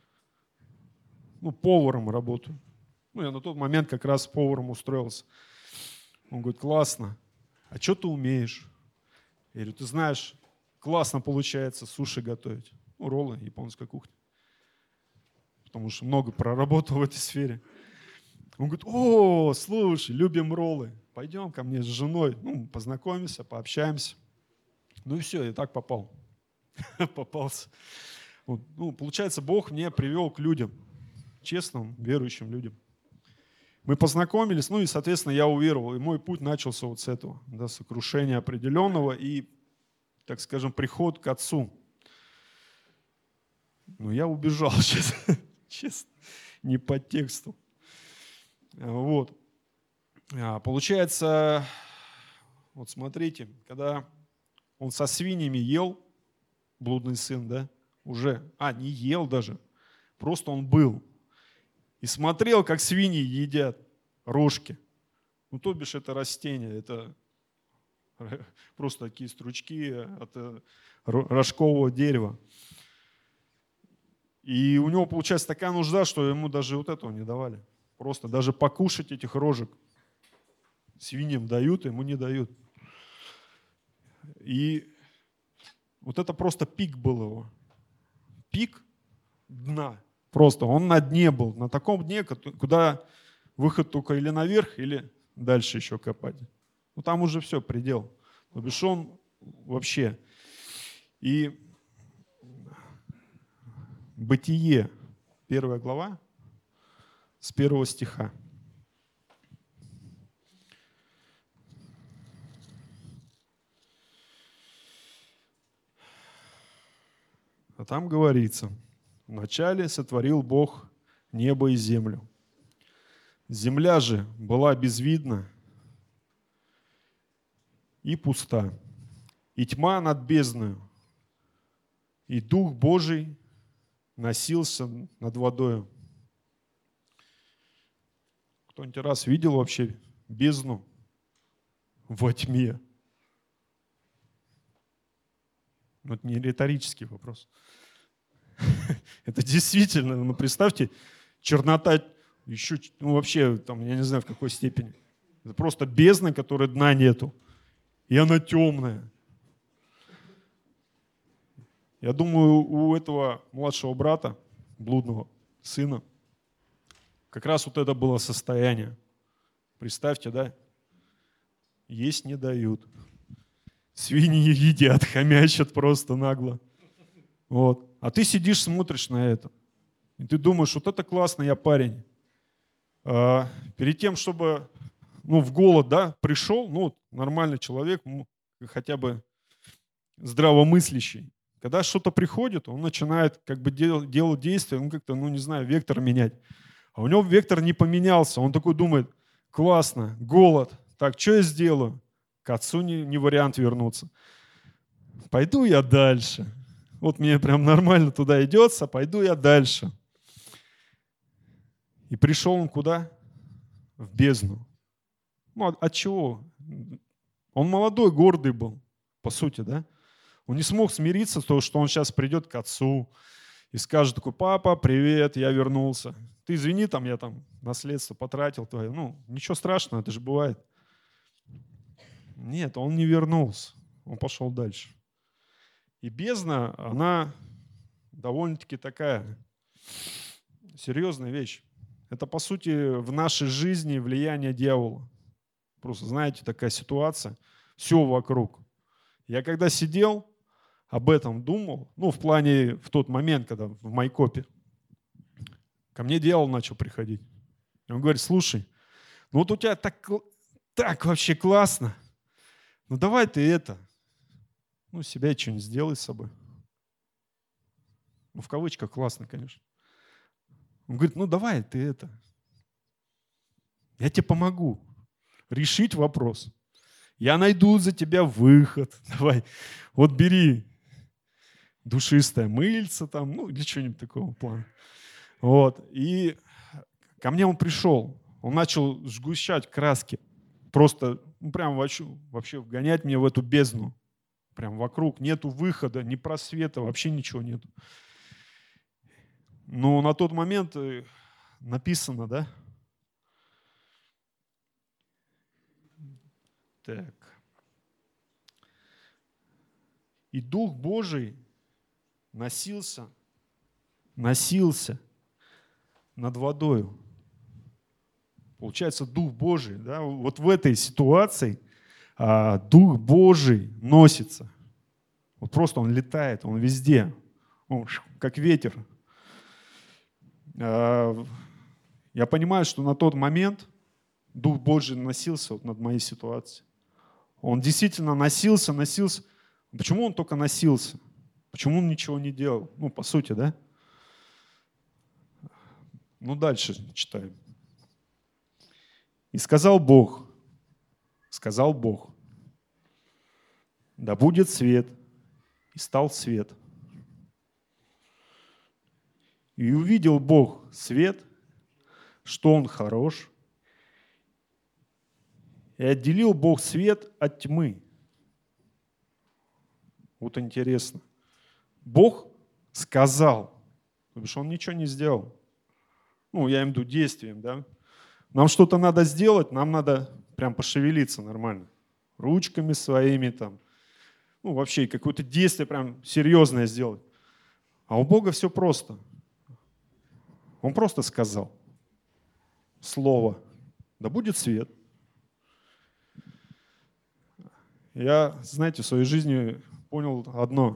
поваром работаю. Ну, я на тот момент как раз поваром устроился. Он говорит: классно. А что ты умеешь? Я говорю: ты знаешь, классно получается суши готовить. Ну, роллы, японская кухня. Потому что много проработал в этой сфере. Он говорит: о, слушай, любим роллы. Пойдем ко мне с женой, ну, познакомимся, пообщаемся. Ну и все, я так попал. Попался. Вот. Ну, получается, Бог меня привел к людям, честным, верующим людям. Мы познакомились, ну и, соответственно, я уверовал. И мой путь начался вот с этого, да, сокрушения определенного и, так скажем, приход к Отцу. Но я убежал сейчас, честно, не по тексту. Вот. Получается, вот смотрите, когда он со свиньями ел, блудный сын, да, уже, не ел даже, просто он был. И смотрел, как свиньи едят рожки. Ну, то бишь, это растение, это просто такие стручки от рожкового дерева. И у него получается такая нужда, что ему даже вот этого не давали. Просто даже покушать этих рожек свиньям дают, ему не дают. И вот это просто пик был его. Пик дна. Просто он на дне был, на таком дне, куда выход только или наверх, или дальше еще копать. Ну там уже все, предел. То бишь он вообще. И Бытие, 1 глава, с 1 стиха. А там говорится: вначале сотворил Бог небо и землю. Земля же была безвидна и пуста, и тьма над бездною, и Дух Божий носился над водою. Кто-нибудь раз видел вообще бездну во тьме? Ну, это не риторический вопрос. Это действительно, ну, представьте, чернота еще, ну, вообще, там, я не знаю, в какой степени. Это просто бездна, которой дна нету. И она темная. Я думаю, у этого младшего брата, блудного сына, как раз вот это было состояние. Представьте, да? Есть не дают. Свиньи едят, хомячат просто нагло. Вот. А ты сидишь, смотришь на это. И ты думаешь, вот это классно, я парень. Перед тем, чтобы в голод, да, пришел, нормальный человек, хотя бы здравомыслящий. Когда что-то приходит, он начинает как бы делать действия, как-то, не знаю, вектор менять. А у него вектор не поменялся. Он такой думает, классно, голод. Так, что я сделаю? К отцу не вариант вернуться. Пойду я дальше. Вот мне прям нормально туда идется, пойду я дальше. И пришел он куда? В бездну. От чего? Он молодой, гордый был, по сути, да? Он не смог смириться с того, что он сейчас придет к отцу и скажет такой, папа, привет, я вернулся. Ты извини, там я там наследство потратил твое. Ничего страшного, это же бывает. Нет, он не вернулся. Он пошел дальше. И бездна, она довольно-таки такая серьезная вещь. Это, по сути, в нашей жизни влияние дьявола. Просто, знаете, такая ситуация. Все вокруг. Я когда сидел, об этом думал, в плане, в тот момент, когда в Майкопе, ко мне дьявол начал приходить. Он говорит, слушай, вот у тебя так вообще классно. Давай ты это, себя что-нибудь сделай с собой. В кавычках классно, конечно. Он говорит, давай ты это. Я тебе помогу решить вопрос. Я найду за тебя выход. Давай, вот бери душистое мыльце там, или что-нибудь такого плана. Вот. И ко мне он пришел. Он начал сгущать краски. Просто прям вообще вгонять меня в эту бездну. Прям вокруг нету выхода, ни просвета, вообще ничего нету. Но на тот момент написано, да? Так. И Дух Божий носился над водою. Получается, Дух Божий, да, вот в этой ситуации Дух Божий носится. Вот просто он летает, он везде, он как ветер. Я понимаю, что на тот момент Дух Божий носился над моей ситуацией. Он действительно носился. Почему он только носился? Почему он ничего не делал? По сути, да? Дальше читаем. И сказал Бог, да будет свет, и стал свет. И увидел Бог свет, что он хорош, и отделил Бог свет от тьмы. Вот интересно. Бог сказал, потому что он ничего не сделал. Я имею в виду действием, да. Нам что-то надо сделать, нам надо прям пошевелиться нормально. Ручками своими там. Вообще какое-то действие прям серьезное сделать. А у Бога все просто. Он просто сказал слово, да будет свет. Я, знаете, в своей жизни понял одно.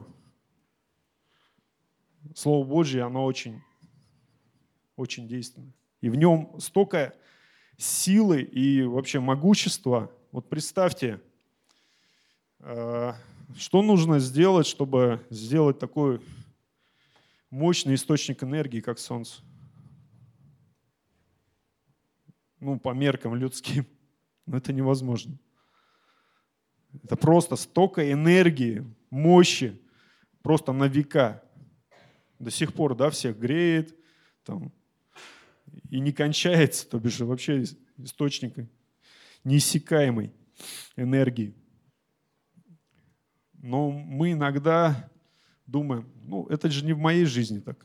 Слово Божье, оно очень, очень действенное. И в нем столько силы и вообще могущества. Вот представьте, что нужно сделать, чтобы сделать такой мощный источник энергии, как Солнце. по меркам людским. Но это невозможно. Это просто столько энергии, мощи, просто на века. До сих пор, всех греет, и не кончается, то бишь вообще источник неиссякаемой энергии. Но мы иногда думаем, это же не в моей жизни так.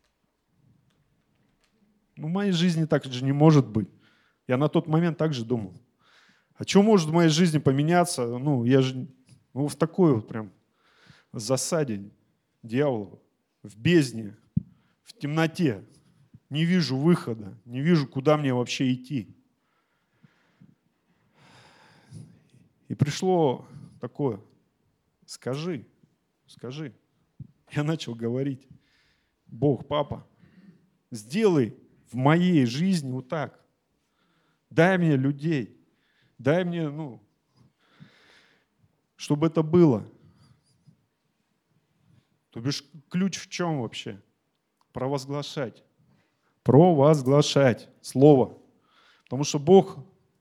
В моей жизни так же не может быть. Я на тот момент также думал. А что может в моей жизни поменяться? Я же в такой вот прям засаде дьявола, в бездне, в темноте. Не вижу выхода, не вижу, куда мне вообще идти. И пришло такое: скажи. Я начал говорить: Бог, папа, сделай в моей жизни вот так. Дай мне людей, дай мне, чтобы это было. То бишь ключ в чем вообще? Провозглашать Слово. Потому что Бог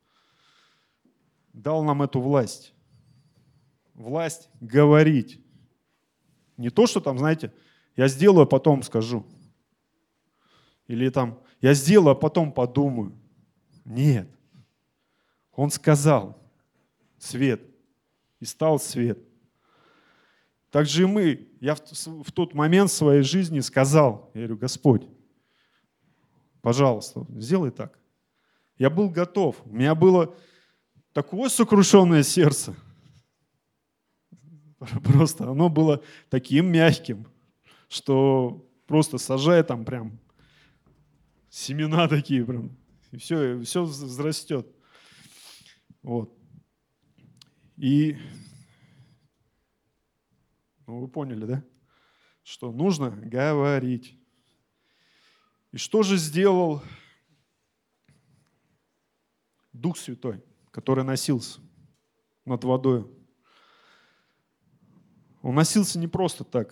дал нам эту власть. Власть говорить. Не то, что знаете, я сделаю, а потом скажу. Или я сделаю, а потом подумаю. Нет. Он сказал: свет. И стал свет. Так же и мы. Я в тот момент в своей жизни сказал, я говорю: Господь, пожалуйста, сделай так. Я был готов. У меня было такое сокрушенное сердце. Просто оно было таким мягким, что просто сажай прям семена такие прям, и все взрастет. Вот. И вы поняли, да? Что нужно говорить. И что же сделал Дух Святой, который носился над водой? Он носился не просто так.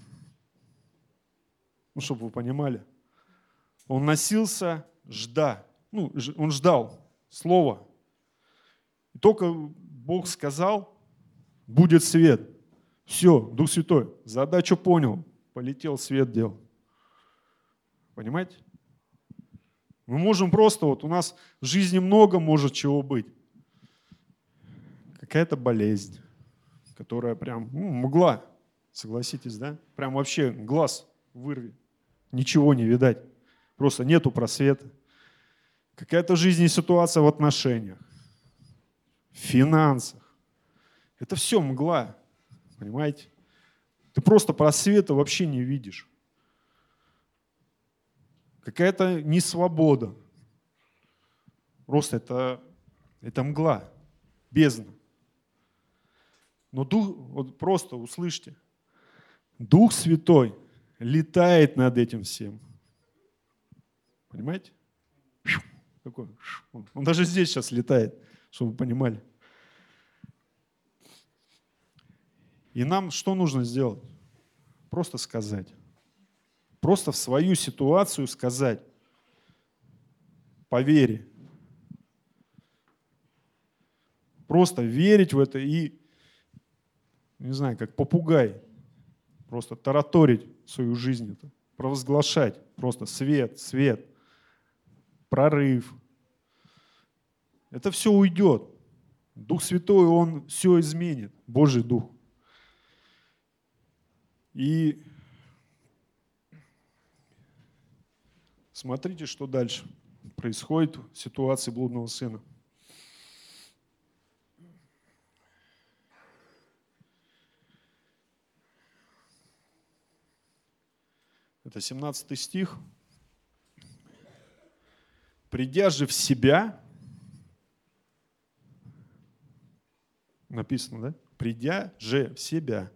Чтобы вы понимали. Он носился, он ждал слова. И только Бог сказал: будет свет. Все, Дух Святой, задачу понял, полетел свет делал. Понимаете? Мы можем просто, у нас в жизни много может чего быть. Какая-то болезнь, которая прям, мгла, согласитесь, да? Прям вообще глаз вырви, ничего не видать, просто нету просвета. Какая-то в жизни ситуация в отношениях, в финансах. Это все мгла, понимаете? Ты просто просвета вообще не видишь. Какая-то несвобода. Просто это мгла, бездна. Но просто услышьте, Дух Святой летает над этим всем. Понимаете? Такой. Он даже здесь сейчас летает, чтобы вы понимали. И нам что нужно сделать? Просто сказать. Просто в свою ситуацию сказать. По вере. Просто верить в это и, не знаю, как попугай, просто тараторить свою жизнь, провозглашать. Просто свет, свет, прорыв. Это все уйдет. Дух Святой, Он все изменит. Божий Дух. И смотрите, что дальше происходит в ситуации блудного сына. Это 17 стих. «Придя же в себя», написано, да? «Придя же в себя».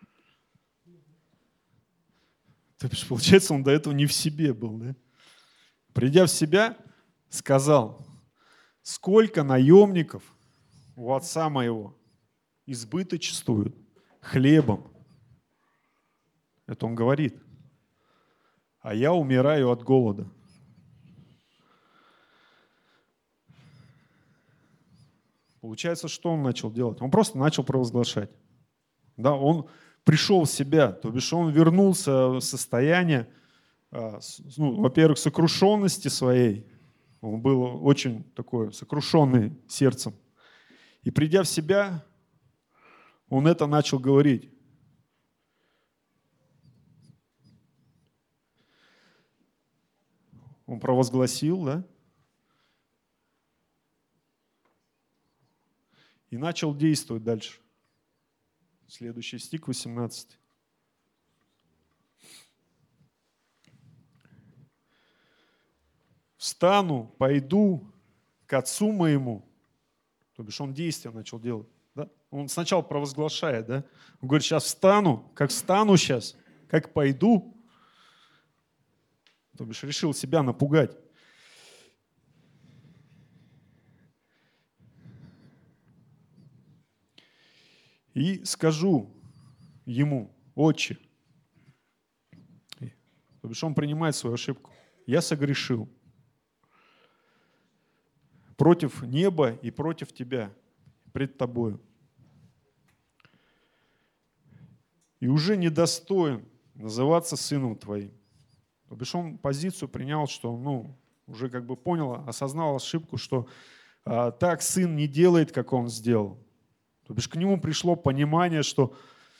То есть, получается, он до этого не в себе был, да? «Придя в себя, сказал: сколько наемников у отца моего избыточествуют хлебом». Это он говорит. «А я умираю от голода». Получается, что он начал делать? Он просто начал провозглашать. Да, он пришел в себя, то бишь он вернулся в состояние, во-первых, сокрушенности своей. Он был очень такой сокрушенный сердцем. И придя в себя, он это начал говорить. Он провозгласил, да? И начал действовать дальше. Следующий стих, 18. «Встану, пойду к отцу моему». То бишь он действие начал делать. Да? Он сначала провозглашает, да? Он говорит, сейчас встану, как встану сейчас, как пойду. То бишь решил себя напугать. И скажу ему, отче, то бишь он принимает свою ошибку. Я согрешил против неба и против тебя, пред тобою. И уже недостоин называться сыном твоим. То бишь он позицию принял, что уже как бы понял, осознал ошибку, что так сын не делает, как он сделал. То бишь к нему пришло понимание, что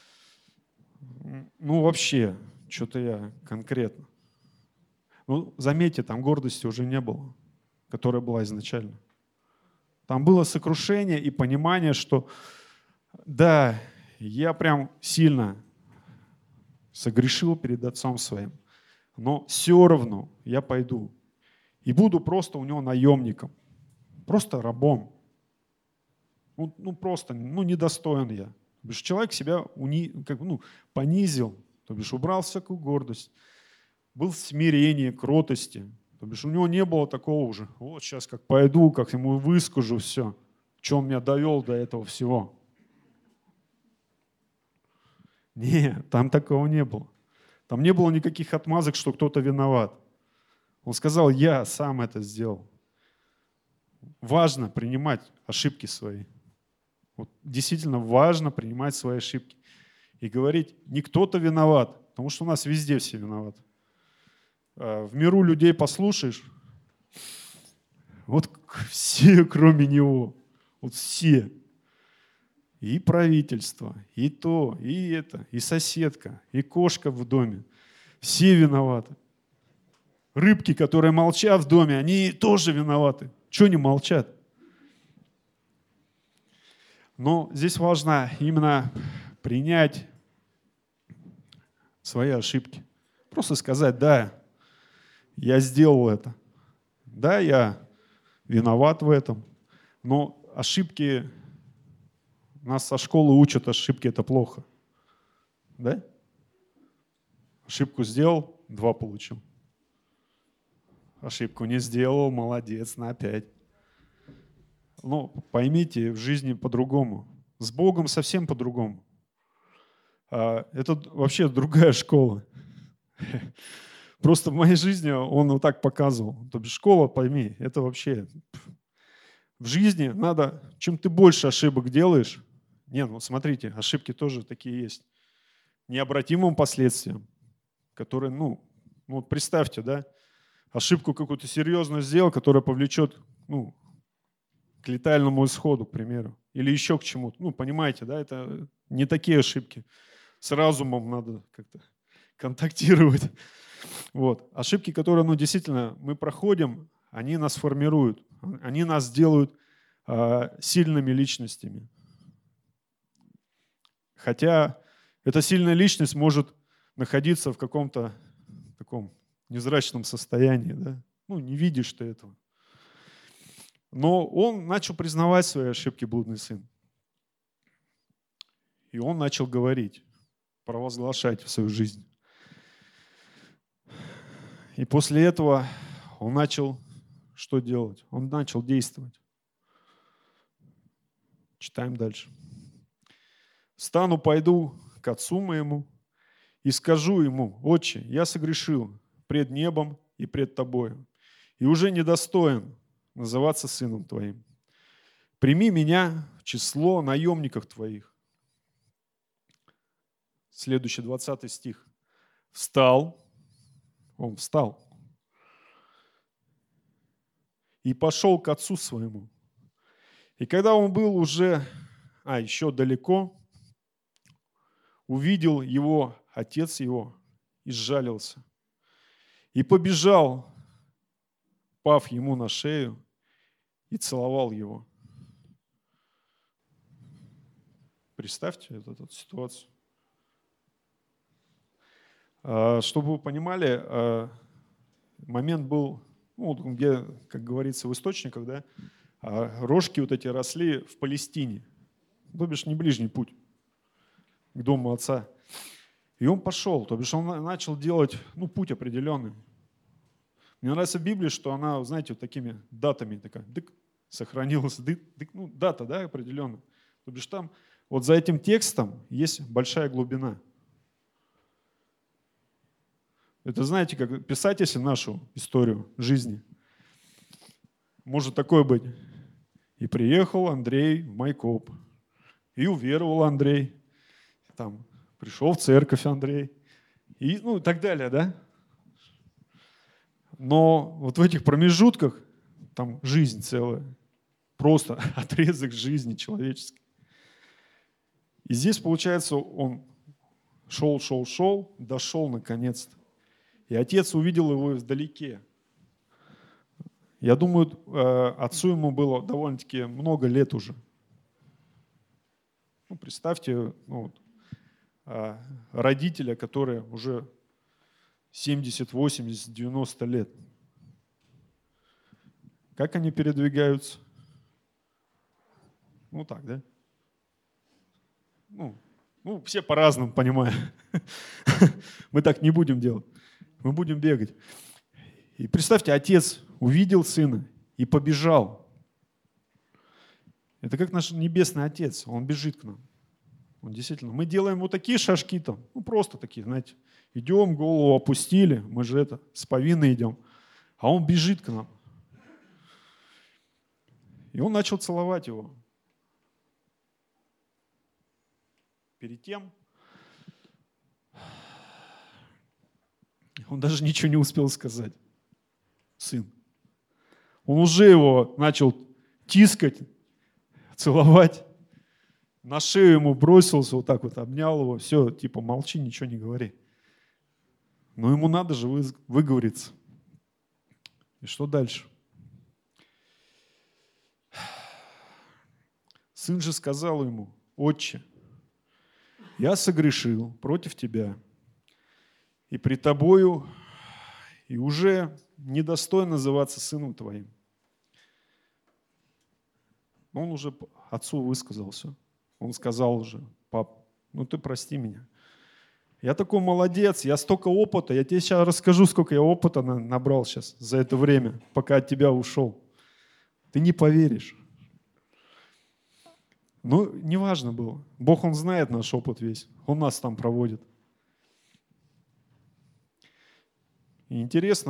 вообще, что-то я конкретно. Заметьте, там гордости уже не было, которая была изначально. Там было сокрушение и понимание, что да, я прям сильно согрешил перед отцом своим, но все равно я пойду и буду просто у него наемником, просто рабом. Просто недостоин я. То бишь человек себя понизил, то бишь убрал всякую гордость, был в смирении, кротости. То бишь у него не было такого уже, вот сейчас как пойду, как ему выскажу все, что он меня довел до этого всего. Нет, там такого не было. Там не было никаких отмазок, что кто-то виноват. Он сказал, я сам это сделал. Важно принимать ошибки свои. Действительно важно принимать свои ошибки. И говорить, не кто-то виноват, потому что у нас везде все виноваты. В миру людей послушаешь, все, кроме него, все. И правительство, и то, и это, и соседка, и кошка в доме. Все виноваты. Рыбки, которые молчат в доме, они тоже виноваты. Чего они молчат? Но здесь важно именно принять свои ошибки. Просто сказать, да, я сделал это. Да, я виноват в этом. Но ошибки, нас со школы учат, ошибки это плохо. Да? Ошибку сделал, 2 получил. Ошибку не сделал, молодец, на 5. Поймите, в жизни по-другому. С Богом совсем по-другому. Это вообще другая школа. Просто в моей жизни он вот так показывал. То бишь школа, пойми, это вообще... В жизни надо, чем ты больше ошибок делаешь, смотрите, ошибки тоже такие есть, необратимым последствиям, которые, представьте, да, ошибку какую-то серьезную сделал, которая повлечет, к летальному исходу, к примеру, или еще к чему-то. Понимаете, да, это не такие ошибки. С разумом надо как-то контактировать. Ошибки, которые, действительно, мы проходим, они нас формируют, они нас делают сильными личностями. Хотя эта сильная личность может находиться в каком-то таком незрачном состоянии, да? Не видишь ты этого. Но он начал признавать свои ошибки, блудный сын. И он начал говорить, провозглашать в свою жизнь. И после этого он начал что делать? Он начал действовать. Читаем дальше. «Встану, пойду к отцу моему и скажу ему, отче, я согрешил пред небом и пред тобою, и уже недостоин называться сыном твоим. Прими меня в число наемников твоих. Следующий 20 стих. Встал, он встал, и пошел к отцу своему. И когда он был уже, еще далеко, увидел его отец его и сжалился. И побежал, пав ему на шею, и целовал его. Представьте эту ситуацию. Чтобы вы понимали, момент был, где, как говорится в источниках, да, рожки вот эти росли в Палестине. То бишь не ближний путь к дому отца. И он пошел, то бишь он начал делать путь определенный. Мне нравится в Библии, что она, знаете, вот такими датами такая, сохранилась, дата, да, определенная. То бишь там вот за этим текстом есть большая глубина. Это, знаете, как писать, если нашу историю жизни. Может такое быть. И приехал Андрей в Майкоп, и уверовал Андрей, там, пришел в церковь Андрей, и так далее, да? Но вот в этих промежутках там жизнь целая, просто отрезок жизни человеческой. И здесь, получается, он шел, дошел наконец-то. И отец увидел его вдалеке. Я думаю, отцу ему было довольно-таки много лет уже. Представьте, родителя, которые уже 70, 80, 90 лет. Как они передвигаются? Так, да? Все по-разному, понимаю. Мы так не будем делать. Мы будем бегать. И представьте, отец увидел сына и побежал. Это как наш небесный отец. Он бежит к нам. Он действительно. Мы делаем вот такие шажки там. Просто такие, знаете. Идем, голову опустили. Мы же с повинной идем. А он бежит к нам. И он начал целовать его. Перед тем он даже ничего не успел сказать. Сын. Он уже его начал тискать, целовать. На шею ему бросился, вот так вот обнял его. Все, типа молчи, ничего не говори. Но ему надо же выговориться. И что дальше? Сын же сказал ему: «Отче, я согрешил против тебя и пред тобою, и уже недостоин называться сыном твоим». Он уже отцу высказал все. Он сказал уже: «Пап, ты прости меня. Я такой молодец, я столько опыта, я тебе сейчас расскажу, сколько я опыта набрал сейчас за это время, пока от тебя ушел. Ты не поверишь». Неважно было. Бог, Он знает наш опыт весь. Он нас там проводит. И интересно,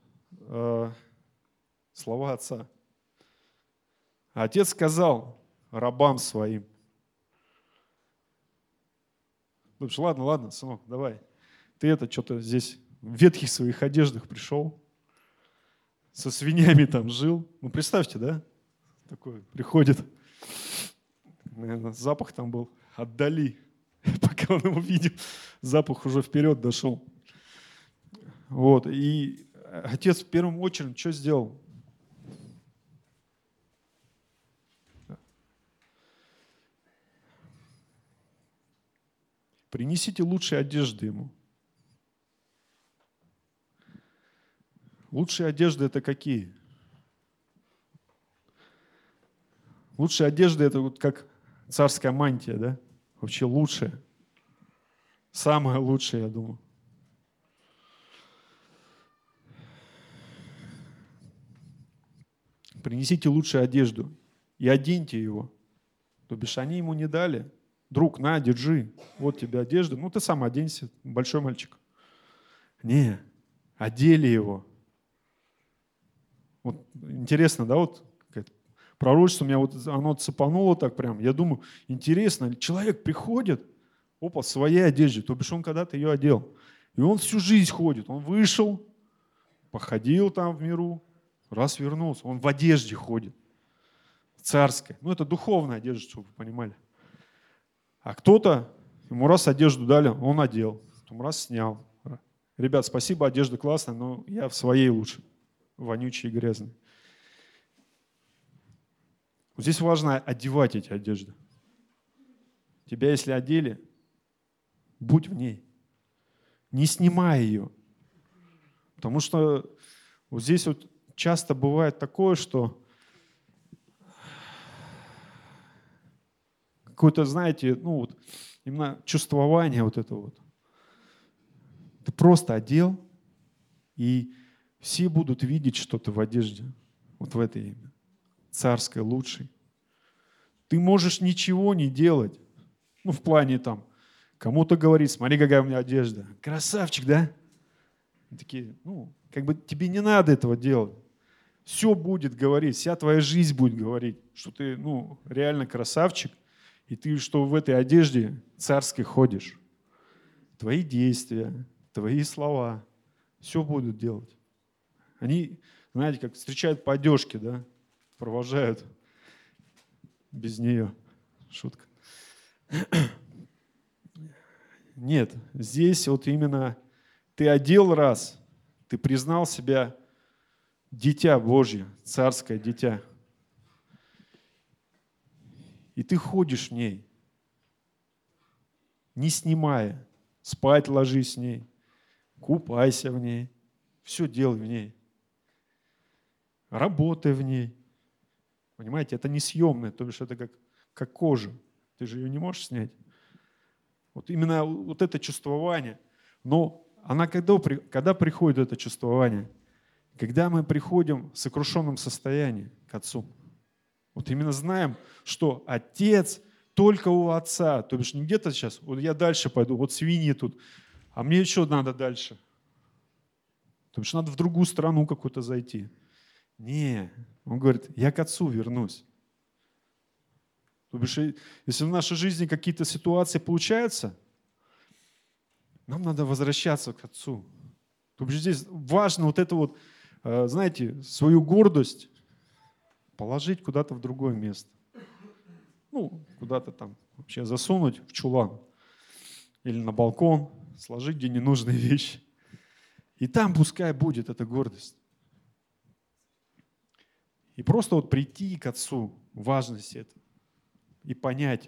слова отца. Отец сказал рабам своим: ладно, сынок, давай. Ты что-то здесь в ветхих своих одеждах пришел, со свиньями там жил. Представьте, да? Такой приходит, наверное, запах там был отдали. Пока он его видел, запах уже вперед дошел. И отец в первую очередь что сделал? Принесите лучшие одежды ему. Лучшие одежды — это какие? Лучшие одежды — это как царская мантия, да? Вообще лучшая. Самое лучшее, я думаю. Принесите лучшую одежду и оденьте его. То бишь они ему не дали. Друг, на, держи, вот тебе одежда. Ты сам оденься, большой мальчик. Не, одели его. Интересно, да, пророчество, меня вот оно цепануло так прям. Я думаю, интересно, человек приходит, опа, в своей одежде, то бишь он когда-то ее одел. И он всю жизнь ходит. Он вышел, походил там в миру, раз вернулся. Он в одежде ходит, царской. Ну, это духовная одежда, чтобы вы понимали. А кто-то, ему раз одежду дали, он одел, потом раз снял. Ребят, спасибо, одежда классная, но я в своей лучше, вонючей и грязной. Вот здесь важно одевать эти одежды. Тебя, если одели, будь в ней. Не снимай ее. Потому что вот здесь вот часто бывает такое, что какое-то, знаете, ну вот именно чувствование вот это вот. Ты просто одел, и все будут видеть, что ты в одежде. Вот в этой имя. Царской, лучшей. Ты можешь ничего не делать. Ну, в плане там, кому-то говорить, смотри, какая у меня одежда. Красавчик, да? Такие, ну, как бы тебе не надо этого делать. Все будет говорить, вся твоя жизнь будет говорить, что ты, ну, реально красавчик, и ты, что в этой одежде царской ходишь. Твои действия, твои слова, все будут делать. Они, знаете, как встречают по одежке, да, провожают без нее. Шутка. Нет, здесь вот именно ты одел раз, ты признал себя дитя Божье, царское дитя. И ты ходишь в ней, не снимая. Спать ложись в ней, купайся в ней, все делай в ней. Работай в ней. Понимаете, это несъемное, то бишь это как кожа. Ты же ее не можешь снять. Вот именно вот это чувствование. Но она когда приходит это чувствование? Когда мы приходим в сокрушенном состоянии к Отцу. Вот именно знаем, что Отец только у Отца. То бишь не где-то сейчас, вот я дальше пойду, вот свиньи тут, а мне еще надо дальше. То бишь надо в другую страну какую-то зайти. Не, он говорит, я к Отцу вернусь. То бишь, если в нашей жизни какие-то ситуации получаются, нам надо возвращаться к Отцу. То бишь здесь важно вот это вот, знаете, свою гордость положить куда-то в другое место. Ну, куда-то там вообще засунуть в чулан или на балкон, сложить где ненужные вещи. И там пускай будет эта гордость. И просто вот прийти к Отцу, важность этого, и понять,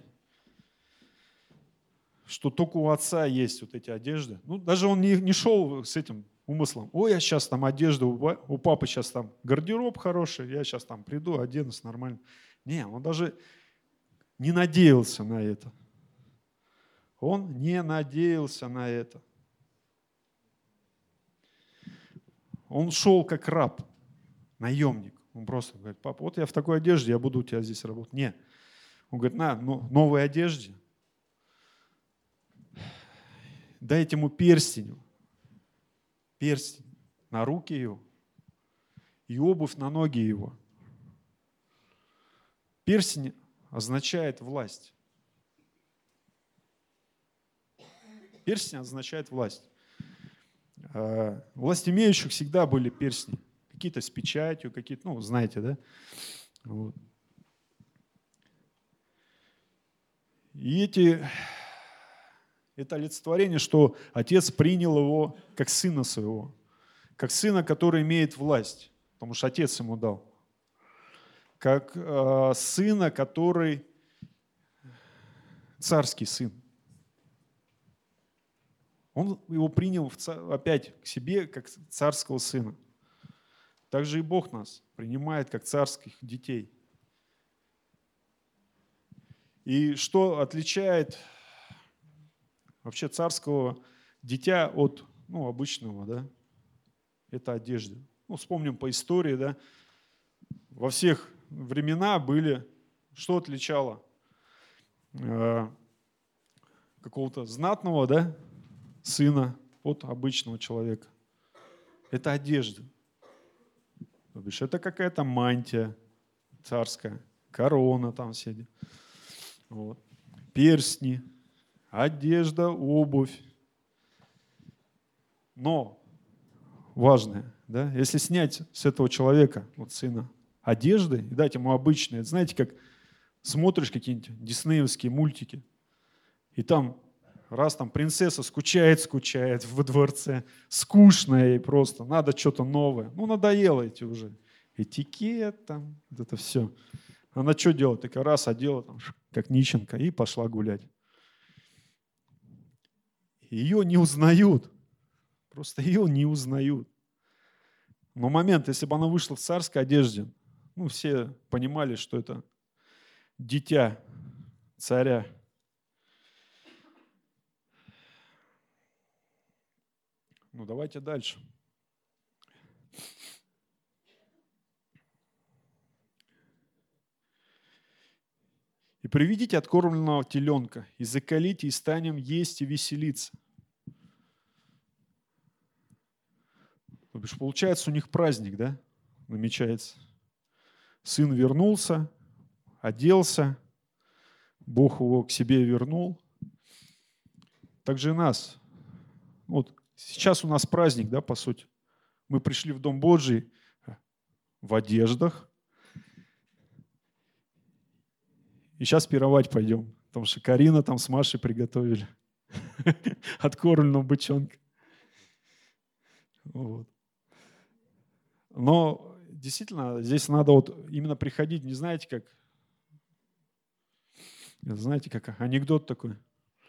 что только у Отца есть вот эти одежды. Ну, даже он не шел с этим умыслом. Ой, я сейчас там одежда, у папы сейчас там гардероб хороший, я сейчас там приду, оденусь нормально. Не, он даже не надеялся на это. Он не надеялся на это. Он шел как раб, наемник. Он просто говорит, папа, вот я в такой одежде, я буду у тебя здесь работать. Нет. Он говорит, на новой одежде. Дайте ему перстень на руки его и обувь на ноги его. Перстень означает власть. Перстень означает власть. Власть имеющих всегда были перстни. Какие-то с печатью, какие-то, ну, знаете, да? Вот. И это олицетворение, что Отец принял его как сына своего, как сына, который имеет власть, потому что Отец ему дал, как сына, который царский сын. Он его принял опять к себе, как царского сына. Также и Бог нас принимает как царских детей. И что отличает вообще царского дитя от обычного, да? Это одежда. Ну, вспомним по истории, да? Во всех времена были, что отличало какого-то знатного, да, сына от обычного человека? Это одежда. То бишь, это какая-то мантия, царская, корона там все, вот, перстни, одежда, обувь. Но важное, да, если снять с этого человека, вот сына, одежды и дать ему обычные, это знаете, как смотришь какие-нибудь диснеевские мультики, и там раз там принцесса скучает во дворце, скучно ей просто, надо что-то новое. Ну, надоело эти уже этикет, там, вот это все. Она что делает? Такая раз одела, там, как нищенка, и пошла гулять. Ее не узнают. Просто ее не узнают. Но момент, если бы она вышла в царской одежде, ну, все понимали, что это дитя царя. Ну, давайте дальше. И приведите откормленного теленка, и заколите, и станем есть и веселиться. То бишь, получается, у них праздник, да, намечается. Сын вернулся, оделся, Бог его к себе вернул. Так же и нас. Вот сейчас у нас праздник, да, по сути. Мы пришли в Дом Божий в одеждах. И сейчас пировать пойдем, потому что Карина там с Машей приготовили откормленного бычонка. Вот. Но действительно, здесь надо вот именно приходить, не знаете, как анекдот такой.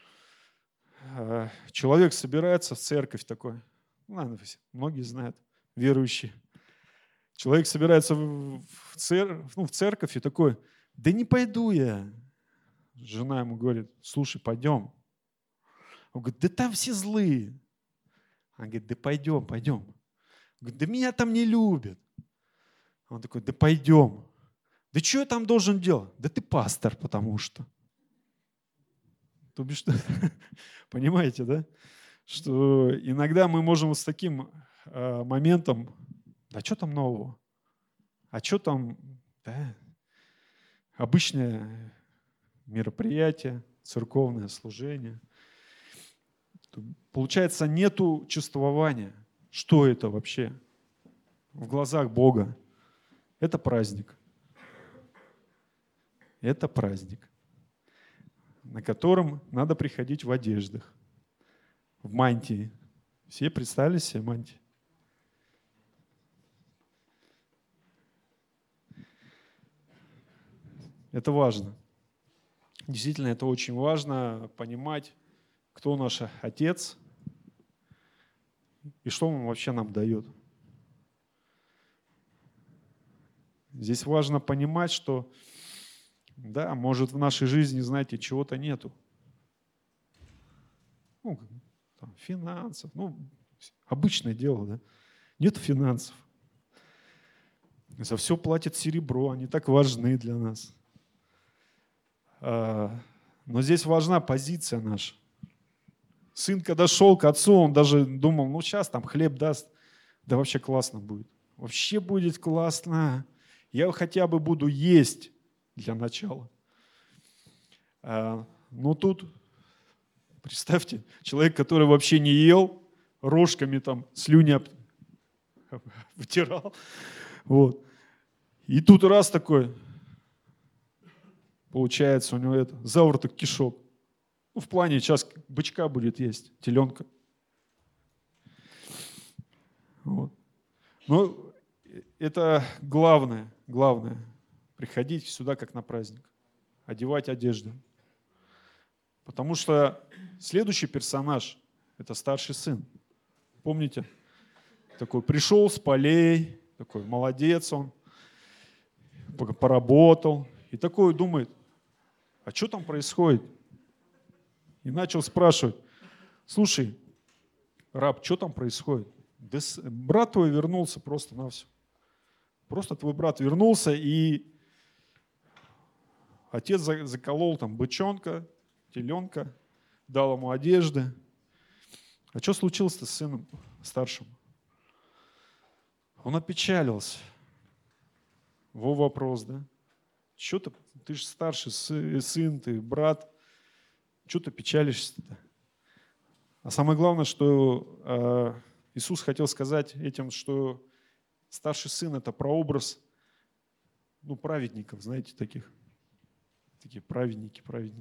Человек собирается в церковь такой, ну, наверное, многие знают, верующие. Человек собирается в церковь и такой, да не пойду я. Жена ему говорит, слушай, пойдем. Он говорит, да там все злые. Она говорит, да пойдем. Говорит, да меня там не любят. Он такой, да пойдем. Да что я там должен делать? Да ты пастор, потому что. То бишь, что, понимаете, да? Что иногда мы можем вот с таким моментом, а что там нового? А что там, да, обычное мероприятие, церковное служение. Получается, нету чувствования. Что это вообще в глазах Бога? Это праздник. Это праздник, на котором надо приходить в одеждах, в мантии. Все представили себе мантии? Это важно. Действительно, это очень важно понимать, кто наш Отец и что Он вообще нам дает. Здесь важно понимать, что, да, может в нашей жизни, знаете, чего-то нету. Ну, там, финансов, ну, обычное дело, да. Нет финансов. За все платит серебро, они так важны для нас. Но здесь важна позиция наша. Сын, когда шел к отцу, он даже думал, ну сейчас там хлеб даст, да вообще классно будет. Вообще будет классно. Я хотя бы буду есть для начала. Но тут, представьте, человек, который вообще не ел, рожками там слюни вытирал. Вот. И тут раз такой, получается, у него это, завороток кишок. Ну, в плане, сейчас бычка будет есть, теленка. Вот. Но это главное, приходить сюда как на праздник, одевать одежду. Потому что следующий персонаж – это старший сын. Помните? Такой пришел с полей, такой молодец он, поработал. И такой думает, а что там происходит? И начал спрашивать, слушай, раб, что там происходит? Да брат твой вернулся просто на все. Просто твой брат вернулся, и отец заколол там бычонка, теленка, дал ему одежды. А что случилось-то с сыном старшим? Он опечалился. Во вопрос, да? Что ты же старший сын, ты брат, что ты печалишься-то? А самое главное, что Иисус хотел сказать этим, что старший сын – это прообраз праведников, знаете, таких праведники,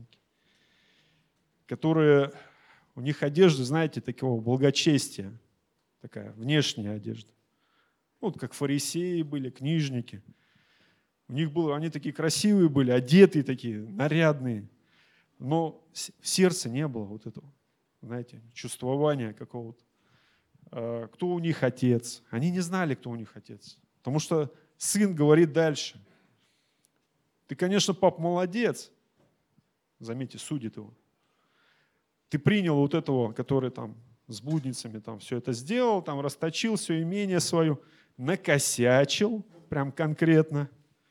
которые, у них одежда, знаете, такого благочестия, такая внешняя одежда. Вот как фарисеи были, книжники. У них было, они такие красивые были, одетые такие, нарядные. Но в сердце не было вот этого, знаете, чувствования какого-то. Кто у них отец? Они не знали, кто у них отец. Потому что сын говорит дальше. Ты, конечно, пап, молодец. Заметьте, судит его. Ты принял вот этого, который там с блудницами там все это сделал, там расточил все имение свое, накосячил, прям конкретно.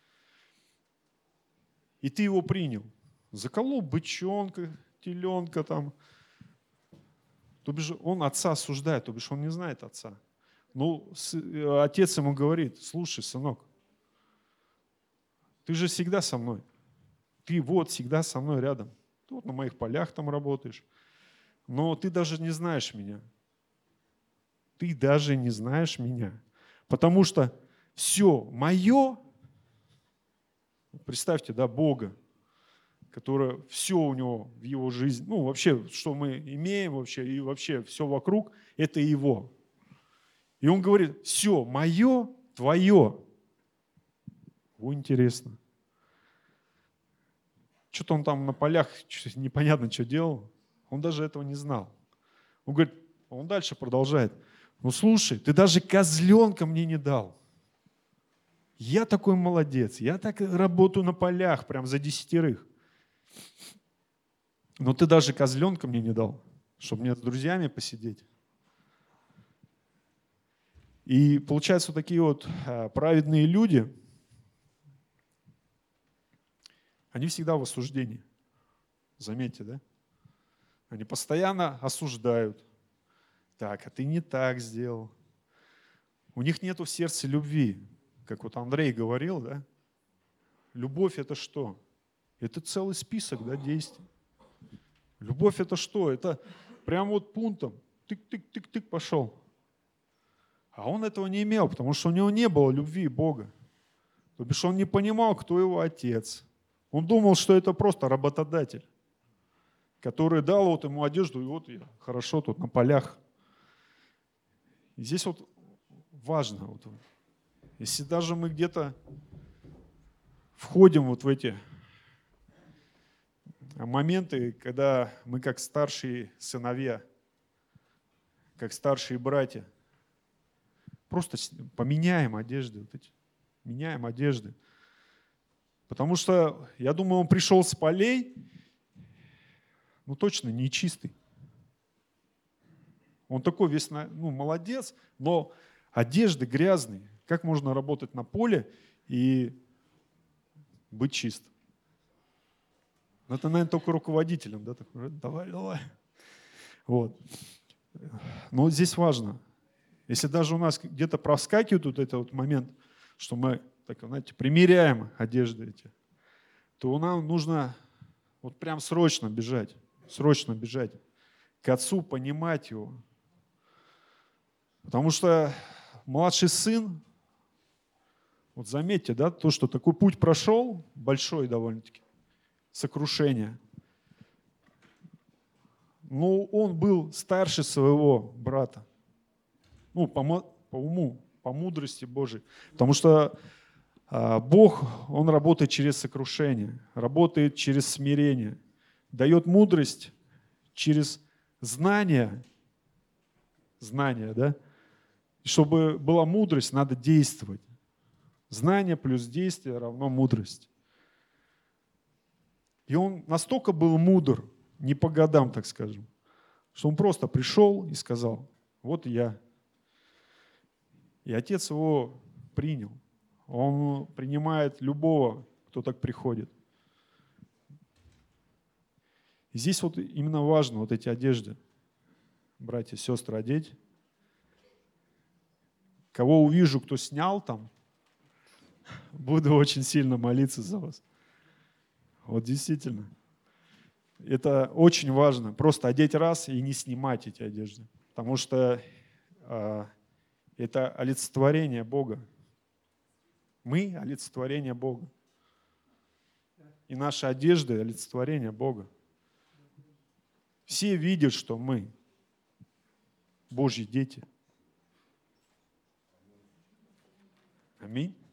И ты его принял. Заколол бычонка, теленка там. То бишь он отца осуждает, то бишь он не знает отца. Но отец ему говорит: слушай, сынок, ты же всегда со мной. Ты вот всегда со мной рядом. Ты вот на моих полях там работаешь. Но ты даже не знаешь меня. Ты даже не знаешь меня. Потому что все мое, представьте, да, Бога, которое все у него в его жизни, вообще, что мы имеем вообще, и вообще все вокруг, это его. И он говорит: все мое, твое. Интересно. Что-то он там на полях непонятно что делал. Он даже этого не знал. Он говорит, он дальше продолжает. Слушай, ты даже козленка мне не дал. Я такой молодец. Я так работаю на полях, прям за 10. Но ты даже козленка мне не дал, чтобы мне с друзьями посидеть. И получается, вот такие вот праведные люди, они всегда в осуждении. Заметьте, да? Они постоянно осуждают. Так, а ты не так сделал. У них нету в сердце любви. Как вот Андрей говорил, да? Любовь – это что? Это целый список, да, действий. Любовь – это что? Это прям вот пунктом. Тык-тык-тык-тык пошел. А он этого не имел, потому что у него не было любви Бога. То бишь он не понимал, кто его отец. Он думал, что это просто работодатель, который дал вот ему одежду, и вот я хорошо тут на полях. И здесь вот важно, вот, если даже мы где-то входим вот в эти моменты, когда мы как старшие сыновья, как старшие братья, просто поменяем одежды, вот эти, меняем одежды. Потому что, я думаю, он пришел с полей, точно нечистый. Он такой весь, молодец, но одежды грязные. Как можно работать на поле и быть чист? Это, наверное, только руководителем, да, такой, давай. Вот. Но здесь важно, если даже у нас где-то проскакивает вот этот вот момент, что мы, так, знаете, примеряем одежды эти, то нам нужно вот прям срочно бежать к отцу, понимать его. Потому что младший сын, вот заметьте, да, то, что такой путь прошел, большой довольно-таки, сокрушение. Но он был старше своего брата. По уму, по мудрости Божией. Потому что Бог, Он работает через сокрушение, работает через смирение, дает мудрость через знание, да? И чтобы была мудрость, надо действовать. Знание плюс действие равно мудрость. И он настолько был мудр, не по годам, так скажем, что он просто пришел и сказал: вот я. И отец его принял. Он принимает любого, кто так приходит. И здесь вот именно важно вот эти одежды, братья и сестры, одеть. Кого увижу, кто снял там, буду очень сильно молиться за вас. Вот действительно. Это очень важно. Просто одеть раз и не снимать эти одежды. Потому что это олицетворение Бога. Мы – олицетворение Бога. И наши одежды – олицетворение Бога. Все видят, что мы Божьи дети. Аминь.